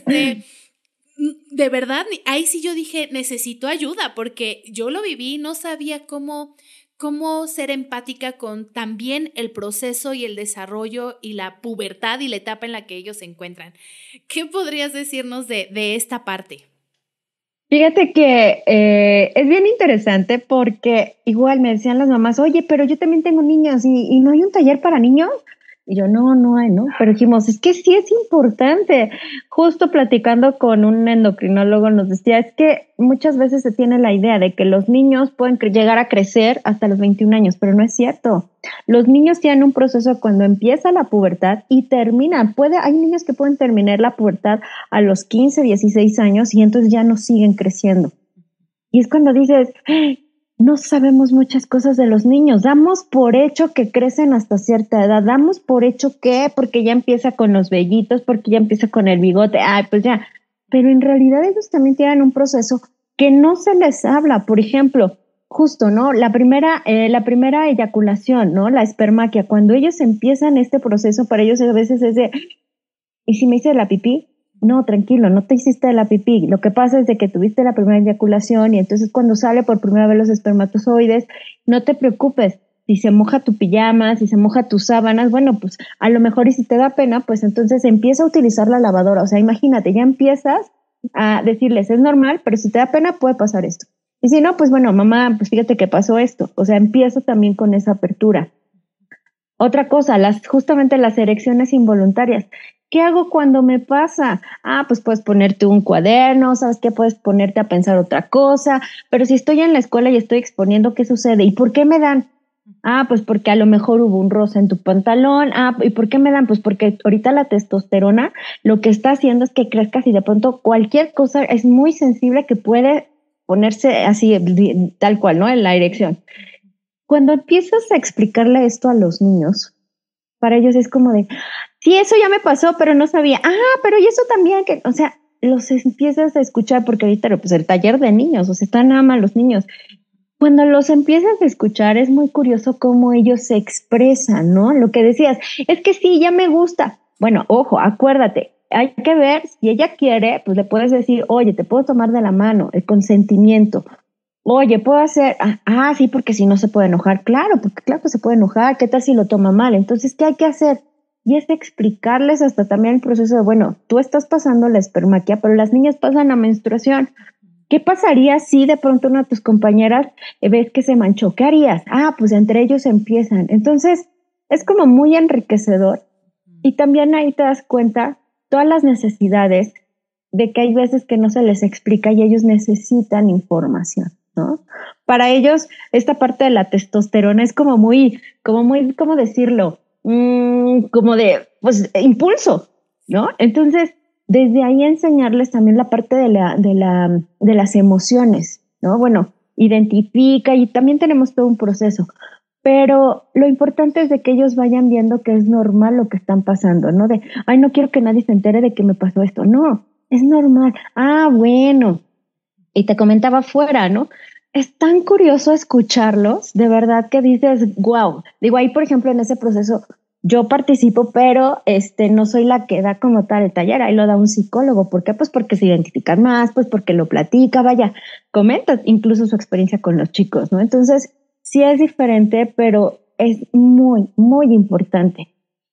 Speaker 1: De verdad, ahí sí yo dije, necesito ayuda, porque yo lo viví, no sabía cómo ser empática con también el proceso y el desarrollo y la pubertad y la etapa en la que ellos se encuentran. ¿Qué podrías decirnos de esta parte?
Speaker 4: Fíjate que es bien interesante porque igual me decían las mamás, oye, pero yo también tengo niños y ¿no hay un taller para niños? Y yo, no hay, ¿no? Pero dijimos, es que sí es importante. Justo platicando con un endocrinólogo nos decía, es que muchas veces se tiene la idea de que los niños pueden llegar a crecer hasta los 21 años, pero no es cierto. Los niños tienen un proceso cuando empieza la pubertad y terminan. Hay niños que pueden terminar la pubertad a los 15, 16 años y entonces ya no siguen creciendo. Y es cuando dices, no sabemos muchas cosas de los niños. Damos por hecho que crecen hasta cierta edad. Damos por hecho que porque ya empieza con los vellitos, porque ya empieza con el bigote. Ay, pues ya. Pero en realidad ellos también tienen un proceso que no se les habla. Por ejemplo, justo, ¿no? La primera eyaculación, ¿no? La espermaquia. Cuando ellos empiezan este proceso, para ellos a veces es de, ¿y si me hice la pipí? No, tranquilo, no te hiciste la pipí. Lo que pasa es de que tuviste la primera eyaculación y entonces cuando sale por primera vez los espermatozoides, no te preocupes. Si se moja tu pijama, si se moja tus sábanas, bueno, pues a lo mejor y si te da pena, pues entonces empieza a utilizar la lavadora. O sea, imagínate, ya empiezas a decirles, es normal, pero si te da pena puede pasar esto. Y si no, pues bueno, mamá, pues fíjate que pasó esto. O sea, empieza también con esa apertura. Otra cosa, justamente las erecciones involuntarias. ¿Qué hago cuando me pasa? Pues puedes ponerte un cuaderno, ¿sabes qué? Puedes ponerte a pensar otra cosa, pero si estoy en la escuela y estoy exponiendo, ¿qué sucede? ¿Y por qué me dan? Pues porque a lo mejor hubo un roce en tu pantalón. ¿Y por qué me dan? Pues porque ahorita la testosterona lo que está haciendo es que crezcas y de pronto cualquier cosa es muy sensible que puede ponerse así, tal cual, ¿no? En la erección. Cuando empiezas a explicarle esto a los niños, para ellos es como de, sí, eso ya me pasó, pero no sabía. Pero y eso también, que, o sea, los empiezas a escuchar porque ahorita, pues el taller de niños, o sea, están nada más los niños. Cuando los empiezas a escuchar es muy curioso cómo ellos se expresan, ¿no? Lo que decías, es que sí, ya me gusta. Bueno, ojo, acuérdate, hay que ver, si ella quiere, pues le puedes decir, oye, te puedo tomar de la mano, el consentimiento. Oye, ¿puedo hacer? Sí, porque si no se puede enojar. Claro, porque claro que se puede enojar. ¿Qué tal si lo toma mal? Entonces, ¿qué hay que hacer? Y es explicarles hasta también el proceso de, bueno, tú estás pasando la espermaquia, pero las niñas pasan la menstruación. ¿Qué pasaría si de pronto una de tus compañeras ves que se manchó? ¿Qué harías? Pues entre ellos empiezan. Entonces, es como muy enriquecedor. Y también ahí te das cuenta todas las necesidades de que hay veces que no se les explica y ellos necesitan información, ¿no? Para ellos, esta parte de la testosterona es como muy, ¿cómo decirlo? Como de, pues, impulso, ¿no? Entonces, desde ahí enseñarles también la parte de las emociones, ¿no? Bueno, identifica y también tenemos todo un proceso, pero lo importante es de que ellos vayan viendo que es normal lo que están pasando, ¿no? De, no quiero que nadie se entere de que me pasó esto. No, es normal. Bueno. Y te comentaba afuera, ¿no? Es tan curioso escucharlos, de verdad que dices, wow. Digo, ahí, por ejemplo, en ese proceso yo participo, pero no soy la que da como tal el taller, ahí lo da un psicólogo. ¿Por qué? Pues porque se identifican más, pues porque lo platica, vaya, comenta incluso su experiencia con los chicos, ¿no? Entonces, sí es diferente, pero es muy, muy importante.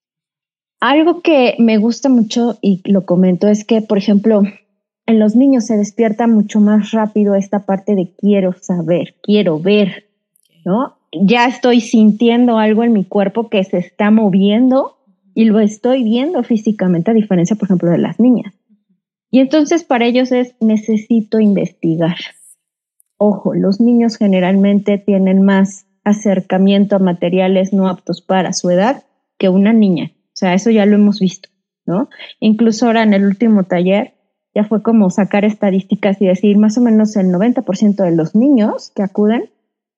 Speaker 4: Algo que me gusta mucho y lo comento es que, por ejemplo, en los niños se despierta mucho más rápido esta parte de quiero saber, quiero ver, ¿no? Ya estoy sintiendo algo en mi cuerpo que se está moviendo y lo estoy viendo físicamente, a diferencia, por ejemplo, de las niñas. Y entonces para ellos es necesito investigar. Ojo, los niños generalmente tienen más acercamiento a materiales no aptos para su edad que una niña. O sea, eso ya lo hemos visto, ¿no? Incluso ahora en el último taller ya fue como sacar estadísticas y decir más o menos el 90% de los niños que acuden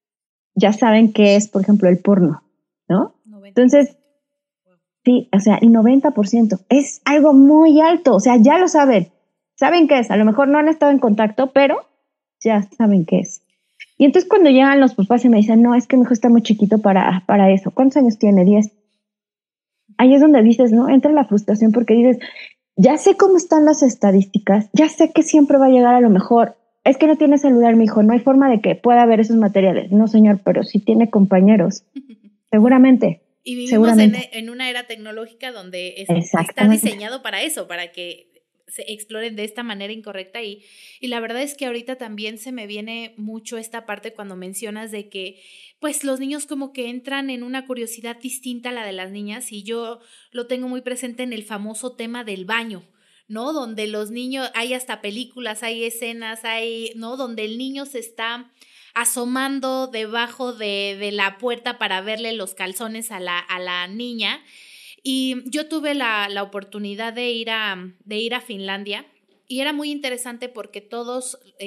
Speaker 4: ya saben qué es, por ejemplo, el porno, ¿no? 90%. Entonces, sí, o sea, el 90% es algo muy alto, o sea, ya lo saben qué es, a lo mejor no han estado en contacto, pero ya saben qué es. Y entonces cuando llegan los papás y me dicen, no, es que mi hijo está muy chiquito para eso. ¿Cuántos años tiene? 10. Ahí es donde dices, no, entra la frustración porque dices, ya sé cómo están las estadísticas, ya sé que siempre va a llegar a lo mejor. Es que no tiene celular, mi hijo, no hay forma de que pueda ver esos materiales. No, señor, pero sí tiene compañeros. Seguramente.
Speaker 1: Y vivimos en una era tecnológica donde está diseñado para eso, para que se exploren de esta manera incorrecta y la verdad es que ahorita también se me viene mucho esta parte cuando mencionas de que pues los niños como que entran en una curiosidad distinta a la de las niñas y yo lo tengo muy presente en el famoso tema del baño, ¿no? Donde los niños, hay hasta películas, hay escenas, ¿no? Donde el niño se está asomando debajo de la puerta para verle los calzones a la niña. Y yo tuve la oportunidad de ir a Finlandia y era muy interesante porque todos,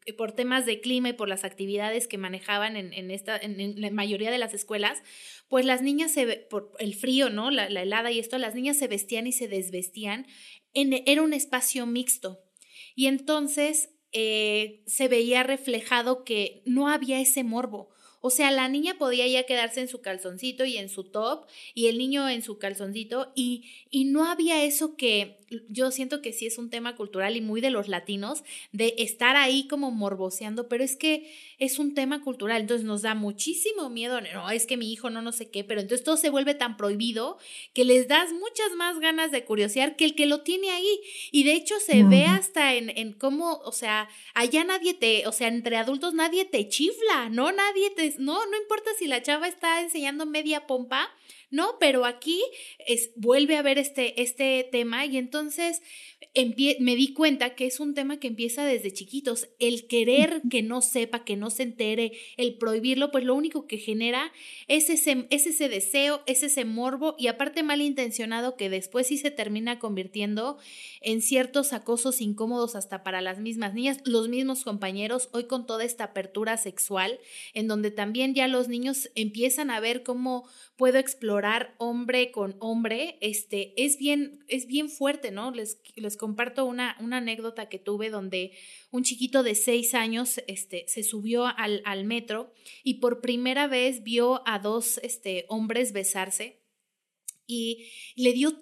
Speaker 1: por temas de clima y por las actividades que manejaban en la mayoría de las escuelas, pues las niñas, por el frío, ¿no? La helada y esto, las niñas se vestían y se desvestían, era un espacio mixto. Y entonces se veía reflejado que no había ese morbo. O sea, la niña podía ya quedarse en su calzoncito y en su top, y el niño en su calzoncito, y no había eso que yo siento que sí es un tema cultural y muy de los latinos, de estar ahí como morboseando, pero es que es un tema cultural, entonces nos da muchísimo miedo, no, es que mi hijo no sé qué, pero entonces todo se vuelve tan prohibido que les das muchas más ganas de curiosear que el que lo tiene ahí, y de hecho se ve hasta en cómo, o sea, allá o sea, entre adultos nadie te chifla, ¿no? No importa si la chava está enseñando media pompa, no, pero aquí vuelve a haber este tema, y entonces me di cuenta que es un tema que empieza desde chiquitos. El querer que no sepa, que no se entere, el prohibirlo, pues lo único que genera es ese deseo, es ese morbo, y aparte malintencionado, que después sí se termina convirtiendo en ciertos acosos incómodos hasta para las mismas niñas, los mismos compañeros, hoy con toda esta apertura sexual, en donde también ya los niños empiezan a ver cómo puedo explorar hombre con hombre, es bien fuerte, ¿no? Les comparto una anécdota que tuve donde un chiquito de 6 años se subió al metro y por primera vez vio a 2 hombres besarse, y le dio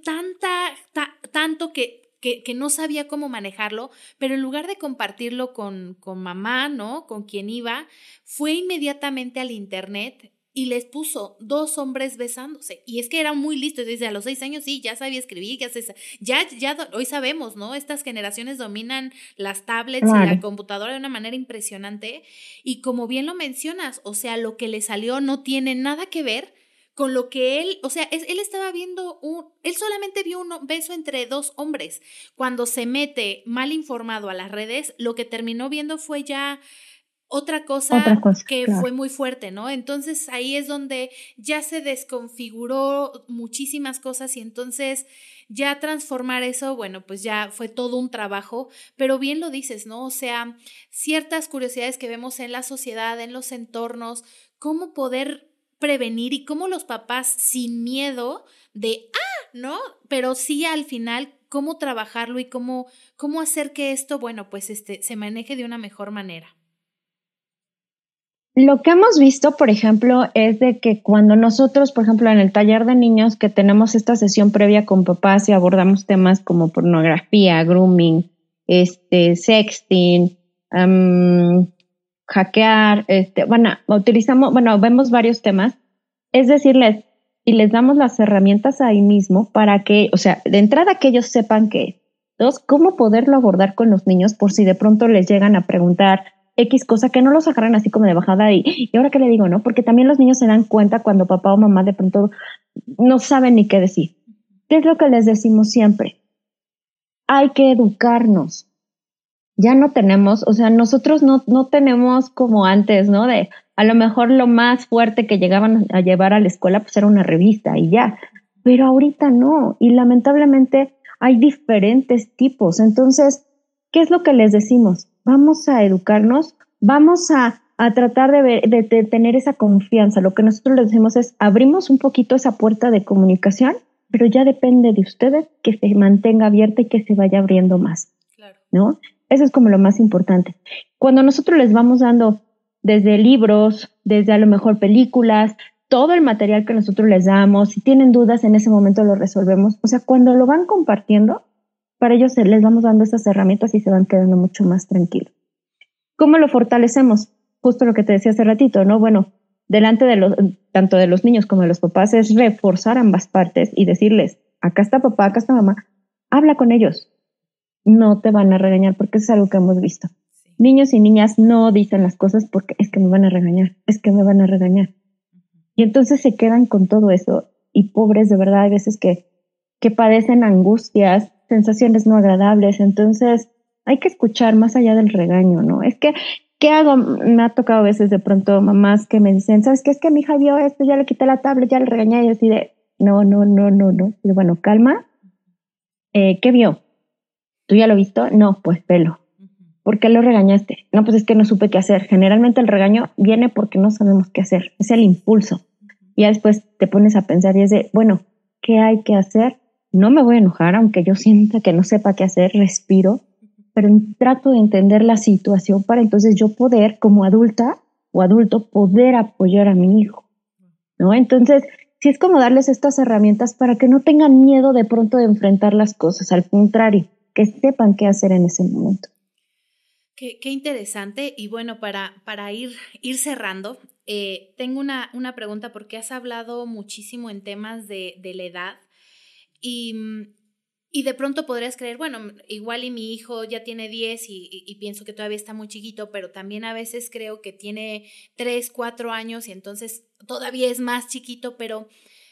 Speaker 1: tanto que no sabía cómo manejarlo, pero en lugar de compartirlo con mamá, ¿no? Con quien iba, fue inmediatamente al internet y les puso 2 hombres besándose. Y es que eran muy listos. Dice, a los 6 años sí, ya sabía escribir, ya hoy sabemos, ¿no? Estas generaciones dominan las tablets y la computadora de una manera impresionante. Y como bien lo mencionas, o sea, lo que le salió no tiene nada que ver con lo que él, o sea, él estaba viendo él solamente vio un beso entre 2 hombres. Cuando se mete mal informado a las redes, lo que terminó viendo fue ya otra cosa que claro, fue muy fuerte, ¿no? Entonces ahí es donde ya se desconfiguró muchísimas cosas, y entonces ya transformar eso, bueno, pues ya fue todo un trabajo, pero bien lo dices, ¿no? O sea, ciertas curiosidades que vemos en la sociedad, en los entornos, cómo poder prevenir y cómo los papás sin miedo de, ¿no? Pero sí al final cómo trabajarlo y cómo hacer que esto, bueno, pues se maneje de una mejor manera.
Speaker 4: Lo que hemos visto, por ejemplo, es de que cuando nosotros, por ejemplo, en el taller de niños, que tenemos esta sesión previa con papás y abordamos temas como pornografía, grooming, sexting, hackear, vemos varios temas, es decirles, y les damos las herramientas ahí mismo para que, o sea, de entrada que ellos sepan que, 2, cómo poderlo abordar con los niños por si de pronto les llegan a preguntar X cosa, que no los agarran así como de bajada y ahora qué le digo, ¿no? Porque también los niños se dan cuenta cuando papá o mamá de pronto no saben ni qué decir. ¿Qué es lo que les decimos siempre? Hay que educarnos. Ya no tenemos, o sea, nosotros no tenemos como antes, ¿no? De a lo mejor lo más fuerte que llegaban a llevar a la escuela pues era una revista y ya. Pero ahorita no, y lamentablemente hay diferentes tipos. Entonces, ¿qué es lo que les decimos? Vamos a educarnos, vamos a tratar de tener esa confianza. Lo que nosotros les decimos es, abrimos un poquito esa puerta de comunicación, pero ya depende de ustedes que se mantenga abierta y que se vaya abriendo más, claro, ¿no? Eso es como lo más importante. Cuando nosotros les vamos dando desde libros, desde a lo mejor películas, todo el material que nosotros les damos, si tienen dudas en ese momento lo resolvemos. O sea, cuando lo van compartiendo, para ellos les vamos dando esas herramientas y se van quedando mucho más tranquilos. ¿Cómo lo fortalecemos? Justo lo que te decía hace ratito, ¿no? Bueno, delante de tanto de los niños como de los papás es reforzar ambas partes y decirles, acá está papá, acá está mamá, habla con ellos. No te van a regañar porque eso es algo que hemos visto. Sí. Niños y niñas no dicen las cosas porque es que me van a regañar, es que me van a regañar. Y entonces se quedan con todo eso y pobres, de verdad, hay veces que padecen angustias, sensaciones no agradables, entonces hay que escuchar más allá del regaño, ¿no? Es que, ¿qué hago? Me ha tocado a veces de pronto mamás que me dicen, ¿sabes qué? Es que mi hija vio esto, ya le quité la tablet, ya le regañé, y así de, no. Y bueno, calma, ¿qué vio? ¿Tú ya lo has visto? No, pues velo. ¿Por qué lo regañaste? No, pues es que no supe qué hacer. Generalmente el regaño viene porque no sabemos qué hacer, es el impulso. Y ya después te pones a pensar y es de, bueno, ¿qué hay que hacer? No me voy a enojar, aunque yo sienta que no sepa qué hacer, respiro, pero trato de entender la situación para entonces yo poder, como adulta o adulto, poder apoyar a mi hijo, ¿no? Entonces, sí es como darles estas herramientas para que no tengan miedo de pronto de enfrentar las cosas, al contrario, que sepan qué hacer en ese momento.
Speaker 1: Qué interesante. Y bueno, para ir cerrando, tengo una pregunta porque has hablado muchísimo en temas de la edad y de pronto podrías creer, bueno, igual y mi hijo ya tiene 10 y pienso que todavía está muy chiquito, pero también a veces creo que tiene 3, 4 años y entonces todavía es más chiquito, pero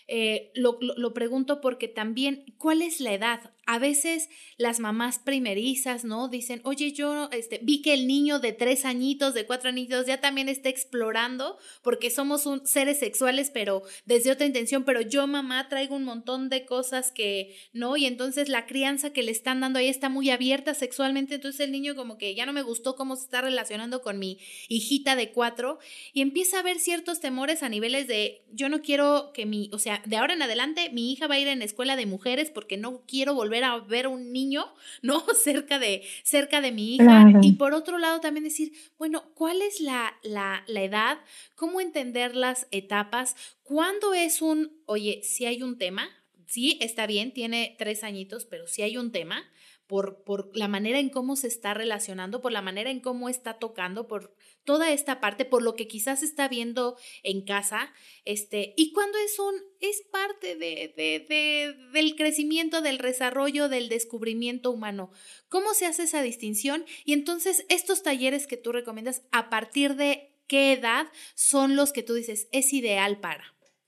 Speaker 1: lo pregunto porque también, ¿cuál es la edad? A veces las mamás primerizas, ¿no? Dicen, oye, yo vi que el niño de 3 añitos, de 4 añitos, ya también está explorando, porque somos seres sexuales, pero desde otra intención, pero yo, mamá, traigo un montón de cosas que, ¿no? Y entonces la crianza que le están dando ahí está muy abierta sexualmente, entonces el niño como que ya no me gustó cómo se está relacionando con mi hijita de 4, y empieza a haber ciertos temores a niveles de, yo no quiero que o sea, de ahora en adelante mi hija va a ir en escuela de mujeres porque no quiero volver a ver un niño, ¿no? cerca de mi hija.
Speaker 4: Claro.
Speaker 1: Y por otro lado también decir, bueno, ¿cuál es la edad? ¿Cómo entender las etapas? ¿Cuándo es oye, si hay un tema? Sí, está bien, tiene 3 añitos, pero si hay un tema por la manera en cómo se está relacionando, por la manera en cómo está tocando, por toda esta parte, por lo que quizás está viendo en casa, y cuando es parte del crecimiento, del desarrollo, del descubrimiento humano. ¿Cómo se hace esa distinción? Y entonces, estos talleres que tú recomiendas, ¿a partir de qué edad son los que tú dices es ideal para?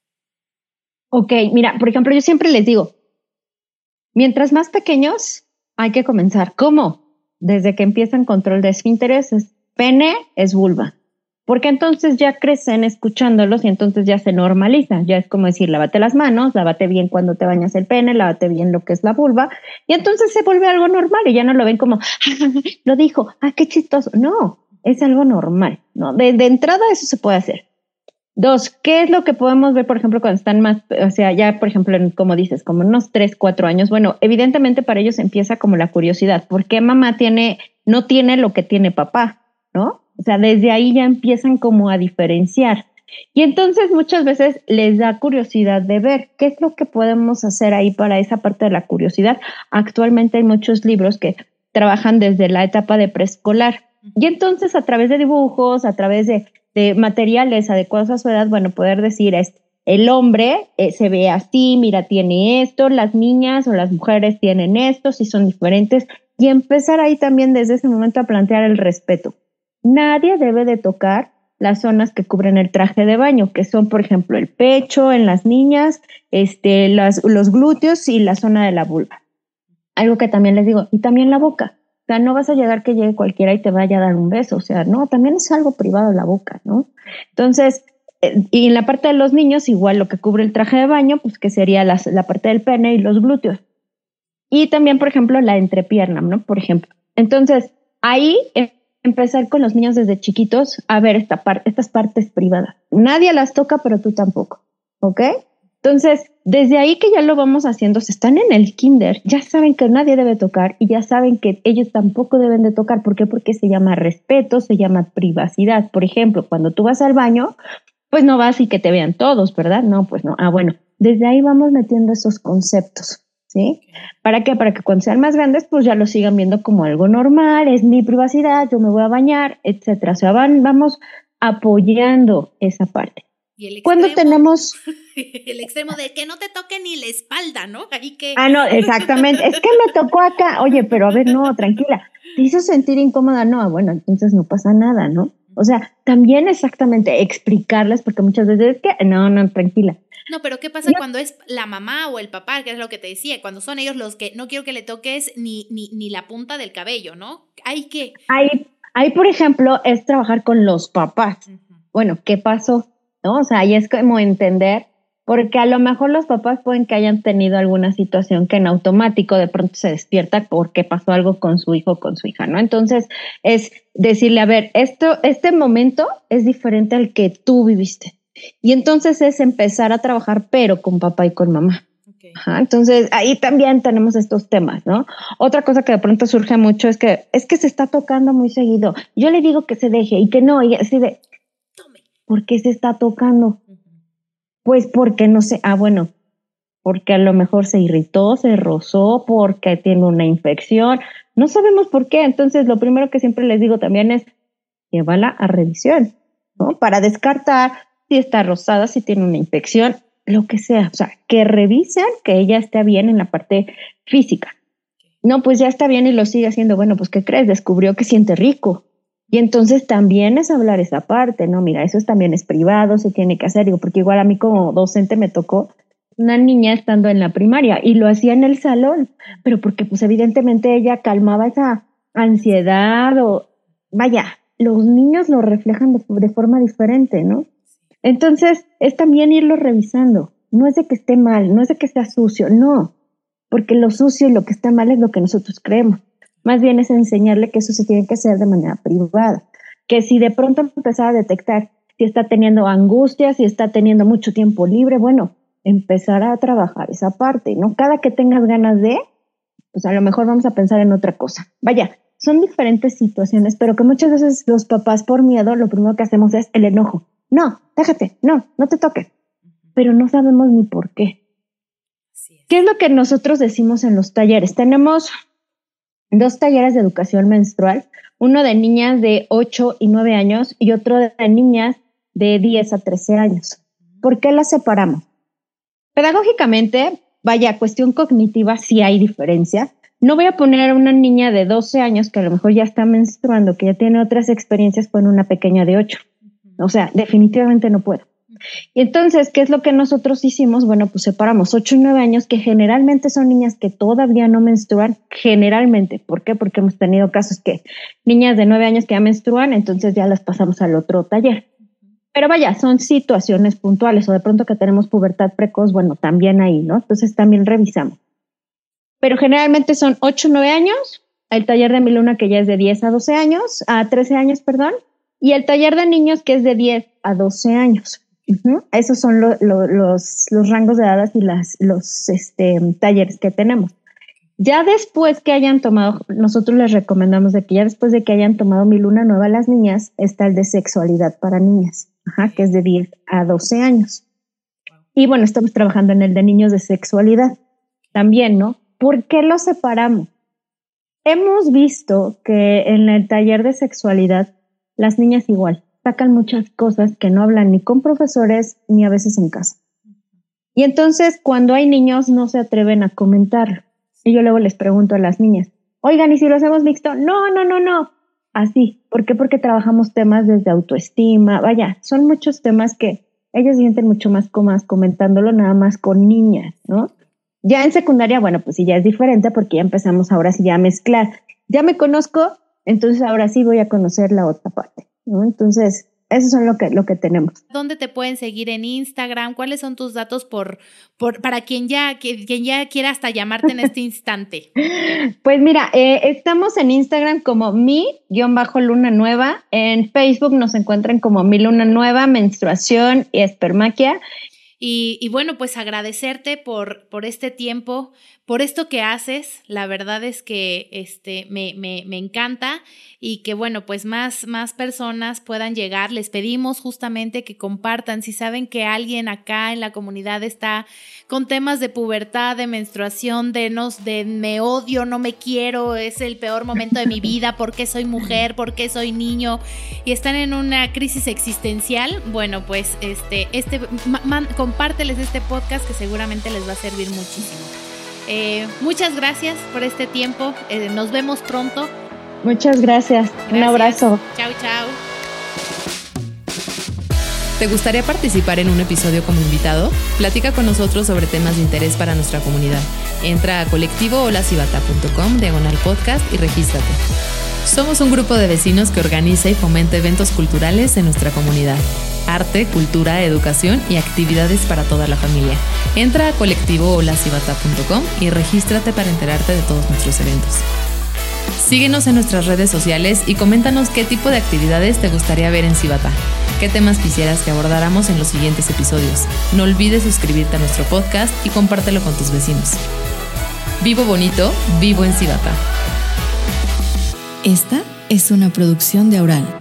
Speaker 4: Ok, mira, por ejemplo, yo siempre les digo, mientras más pequeños, hay que comenzar. ¿Cómo? Desde que empiezan control de esfínteres, es pene, es vulva. Porque entonces ya crecen escuchándolos y entonces ya se normaliza. Ya es como decir, lávate las manos, lávate bien cuando te bañas el pene, lávate bien lo que es la vulva. Y entonces se vuelve algo normal y ya no lo ven como, lo dijo, qué chistoso. No, es algo normal, ¿no? De entrada eso se puede hacer. 2, ¿qué es lo que podemos ver, por ejemplo, cuando están más, o sea, ya, por ejemplo, como dices, como unos 3, 4 años? Bueno, evidentemente para ellos empieza como la curiosidad. ¿Por qué mamá no tiene lo que tiene papá? ¿No? O sea, desde ahí ya empiezan como a diferenciar. Y entonces muchas veces les da curiosidad de ver qué es lo que podemos hacer ahí para esa parte de la curiosidad. Actualmente hay muchos libros que trabajan desde la etapa de preescolar. Y entonces a través de dibujos, a través de materiales adecuados a su edad, bueno, poder decir el hombre se ve así, mira, tiene esto, las niñas o las mujeres tienen esto, si son diferentes, y empezar ahí también desde ese momento a plantear el respeto. Nadie debe de tocar las zonas que cubren el traje de baño, que son, por ejemplo, el pecho en las niñas, los glúteos y la zona de la vulva. Algo que también les digo, y también la boca. O sea, no vas a llegar que llegue cualquiera y te vaya a dar un beso. O sea, no, también es algo privado la boca, ¿no? Entonces, y en la parte de los niños, igual lo que cubre el traje de baño, pues que sería la parte del pene y los glúteos. Y también, por ejemplo, la entrepierna, ¿no? Por ejemplo. Entonces, ahí empezar con los niños desde chiquitos a ver estas partes privadas. Nadie las toca, pero tú tampoco, ¿ok? Entonces, desde ahí que ya lo vamos haciendo, se están en el kinder, ya saben que nadie debe tocar y ya saben que ellos tampoco deben de tocar. ¿Por qué? Porque se llama respeto, se llama privacidad. Por ejemplo, cuando tú vas al baño, pues no vas y que te vean todos, ¿verdad? No, pues no. Bueno, desde ahí vamos metiendo esos conceptos, ¿sí? ¿Para qué? Para que cuando sean más grandes, pues ya lo sigan viendo como algo normal, es mi privacidad, yo me voy a bañar, etcétera. O sea, vamos apoyando esa parte.
Speaker 1: Y el extremo,
Speaker 4: cuando tenemos
Speaker 1: el extremo de que no te toque ni la espalda, ¿no? Ahí que
Speaker 4: no, exactamente, es que me tocó acá, oye, pero a ver, no, tranquila, te hizo sentir incómoda, no, bueno, entonces no pasa nada, ¿no? O sea, también exactamente explicarles, porque muchas veces es que, no, tranquila.
Speaker 1: No, pero ¿qué pasa cuando es la mamá o el papá, que es lo que te decía, cuando son ellos los que no quiero que le toques ni la punta del cabello, ¿no? Hay que...
Speaker 4: Ahí, por ejemplo, es trabajar con los papás. Uh-huh. Bueno, ¿qué pasó? ¿No? O sea, ahí es como entender, porque a lo mejor los papás pueden que hayan tenido alguna situación que en automático de pronto se despierta porque pasó algo con su hijo o con su hija, ¿no? Entonces es decirle, a ver, este momento es diferente al que tú viviste. Y entonces es empezar a trabajar, pero con papá y con mamá. Okay. Ajá, entonces ahí también tenemos estos temas, ¿no? Otra cosa que de pronto surge mucho es que se está tocando muy seguido. Yo le digo que se deje y que no, y así de, ¿por qué se está tocando? Pues porque no sé, bueno, porque a lo mejor se irritó, se rozó, porque tiene una infección, no sabemos por qué. Entonces lo primero que siempre les digo también es llévala a revisión, ¿no? Para descartar si está rozada, si tiene una infección, lo que sea, o sea, que revisen que ella esté bien en la parte física. No, pues ya está bien y lo sigue haciendo, bueno, pues ¿qué crees? Descubrió que siente rico. Y entonces también es hablar esa parte, ¿no? Mira, eso también es privado, se tiene que hacer, digo, porque igual a mí como docente me tocó una niña estando en la primaria y lo hacía en el salón, pero porque pues evidentemente ella calmaba esa ansiedad o, vaya, los niños lo reflejan de forma diferente, ¿no? Entonces es también irlo revisando, no es de que esté mal, no es de que sea sucio, no, porque lo sucio y lo que está mal es lo que nosotros creemos. Más bien es enseñarle que eso se tiene que hacer de manera privada. Que si de pronto empezar a detectar si está teniendo angustia, si está teniendo mucho tiempo libre, bueno, empezar a trabajar esa parte, ¿no? Cada que tengas ganas de, pues a lo mejor vamos a pensar en otra cosa. Vaya, son diferentes situaciones, pero que muchas veces los papás por miedo lo primero que hacemos es el enojo. No, déjate, no te toques. Pero no sabemos ni por qué. ¿Qué es lo que nosotros decimos en los talleres? Tenemos 2 talleres de educación menstrual, uno de niñas de 8 y 9 años y otro de niñas de 10 a 13 años. ¿Por qué las separamos? Pedagógicamente, vaya, cuestión cognitiva, sí hay diferencia. No voy a poner a una niña de 12 años que a lo mejor ya está menstruando, que ya tiene otras experiencias con una pequeña de 8. O sea, definitivamente no puedo. Y entonces, ¿qué es lo que nosotros hicimos? Bueno, pues separamos 8 y 9 años, que generalmente son niñas que todavía no menstruan, generalmente. ¿Por qué? Porque hemos tenido casos que niñas de 9 años que ya menstruan, entonces ya las pasamos al otro taller. Pero vaya, son situaciones puntuales, o de pronto que tenemos pubertad precoz, bueno, también ahí, ¿no? Entonces también revisamos. Pero generalmente son 8 o 9 años, el taller de Miluna que ya es de 10 a 12 años, a 13 años, perdón, y el taller de niños que es de 10 a 12 años. Esos son los rangos de edades y los talleres que tenemos. Ya después que hayan tomado, nosotros les recomendamos de que ya después de que hayan tomado Miluna Nueva las niñas, está el de sexualidad para niñas, que es de 10 a 12 años. Y bueno, estamos trabajando en el de niños de sexualidad también, ¿no? ¿Por qué los separamos? Hemos visto que en el taller de sexualidad las niñas igual sacan muchas cosas que no hablan ni con profesores ni a veces en casa. Y entonces cuando hay niños no se atreven a comentar. Y yo luego les pregunto a las niñas, oigan, ¿y si lo hacemos mixto? No. Así. ¿Por qué? Porque trabajamos temas desde autoestima. Vaya, son muchos temas que ellas sienten mucho más cómodas comentándolo nada más con niñas, ¿no? Ya en secundaria, bueno, pues sí, ya es diferente porque ya empezamos ahora sí ya a mezclar. Ya me conozco, entonces ahora sí voy a conocer la otra parte, ¿no? Entonces, eso es lo que tenemos.
Speaker 1: ¿Dónde te pueden seguir en Instagram? ¿Cuáles son tus datos para quien ya quiera hasta llamarte en este instante?
Speaker 4: Pues mira, estamos en Instagram como mi-luna nueva. En Facebook nos encuentran como mi luna nueva, menstruación y espermaquia.
Speaker 1: Y bueno, pues agradecerte por este tiempo, por esto que haces. La verdad es que me encanta y que bueno, pues más personas puedan llegar. Les pedimos justamente que compartan. Si saben que alguien acá en la comunidad está con temas de pubertad, de menstruación, de me odio, no me quiero, es el peor momento de mi vida, ¿por qué soy mujer? ¿Por qué soy niño? Y están en una crisis existencial. Bueno, pues compárteles este podcast que seguramente les va a servir muchísimo. Muchas gracias por este tiempo. Nos vemos pronto.
Speaker 4: Muchas gracias. Un abrazo.
Speaker 1: Chao.
Speaker 2: ¿Te gustaría participar en un episodio como invitado? Platica con nosotros sobre temas de interés para nuestra comunidad. Entra a colectivoholasibata.com/podcast y regístrate. Somos un grupo de vecinos que organiza y fomenta eventos culturales en nuestra comunidad. Arte, cultura, educación y actividades para toda la familia. Entra a colectivoholasibata.com y regístrate para enterarte de todos nuestros eventos. Síguenos en nuestras redes sociales y coméntanos qué tipo de actividades te gustaría ver en Cibata. ¿Qué temas quisieras que abordáramos en los siguientes episodios? No olvides suscribirte a nuestro podcast y compártelo con tus vecinos. Vivo bonito, vivo en Cibata.
Speaker 5: Esta es una producción de Aural.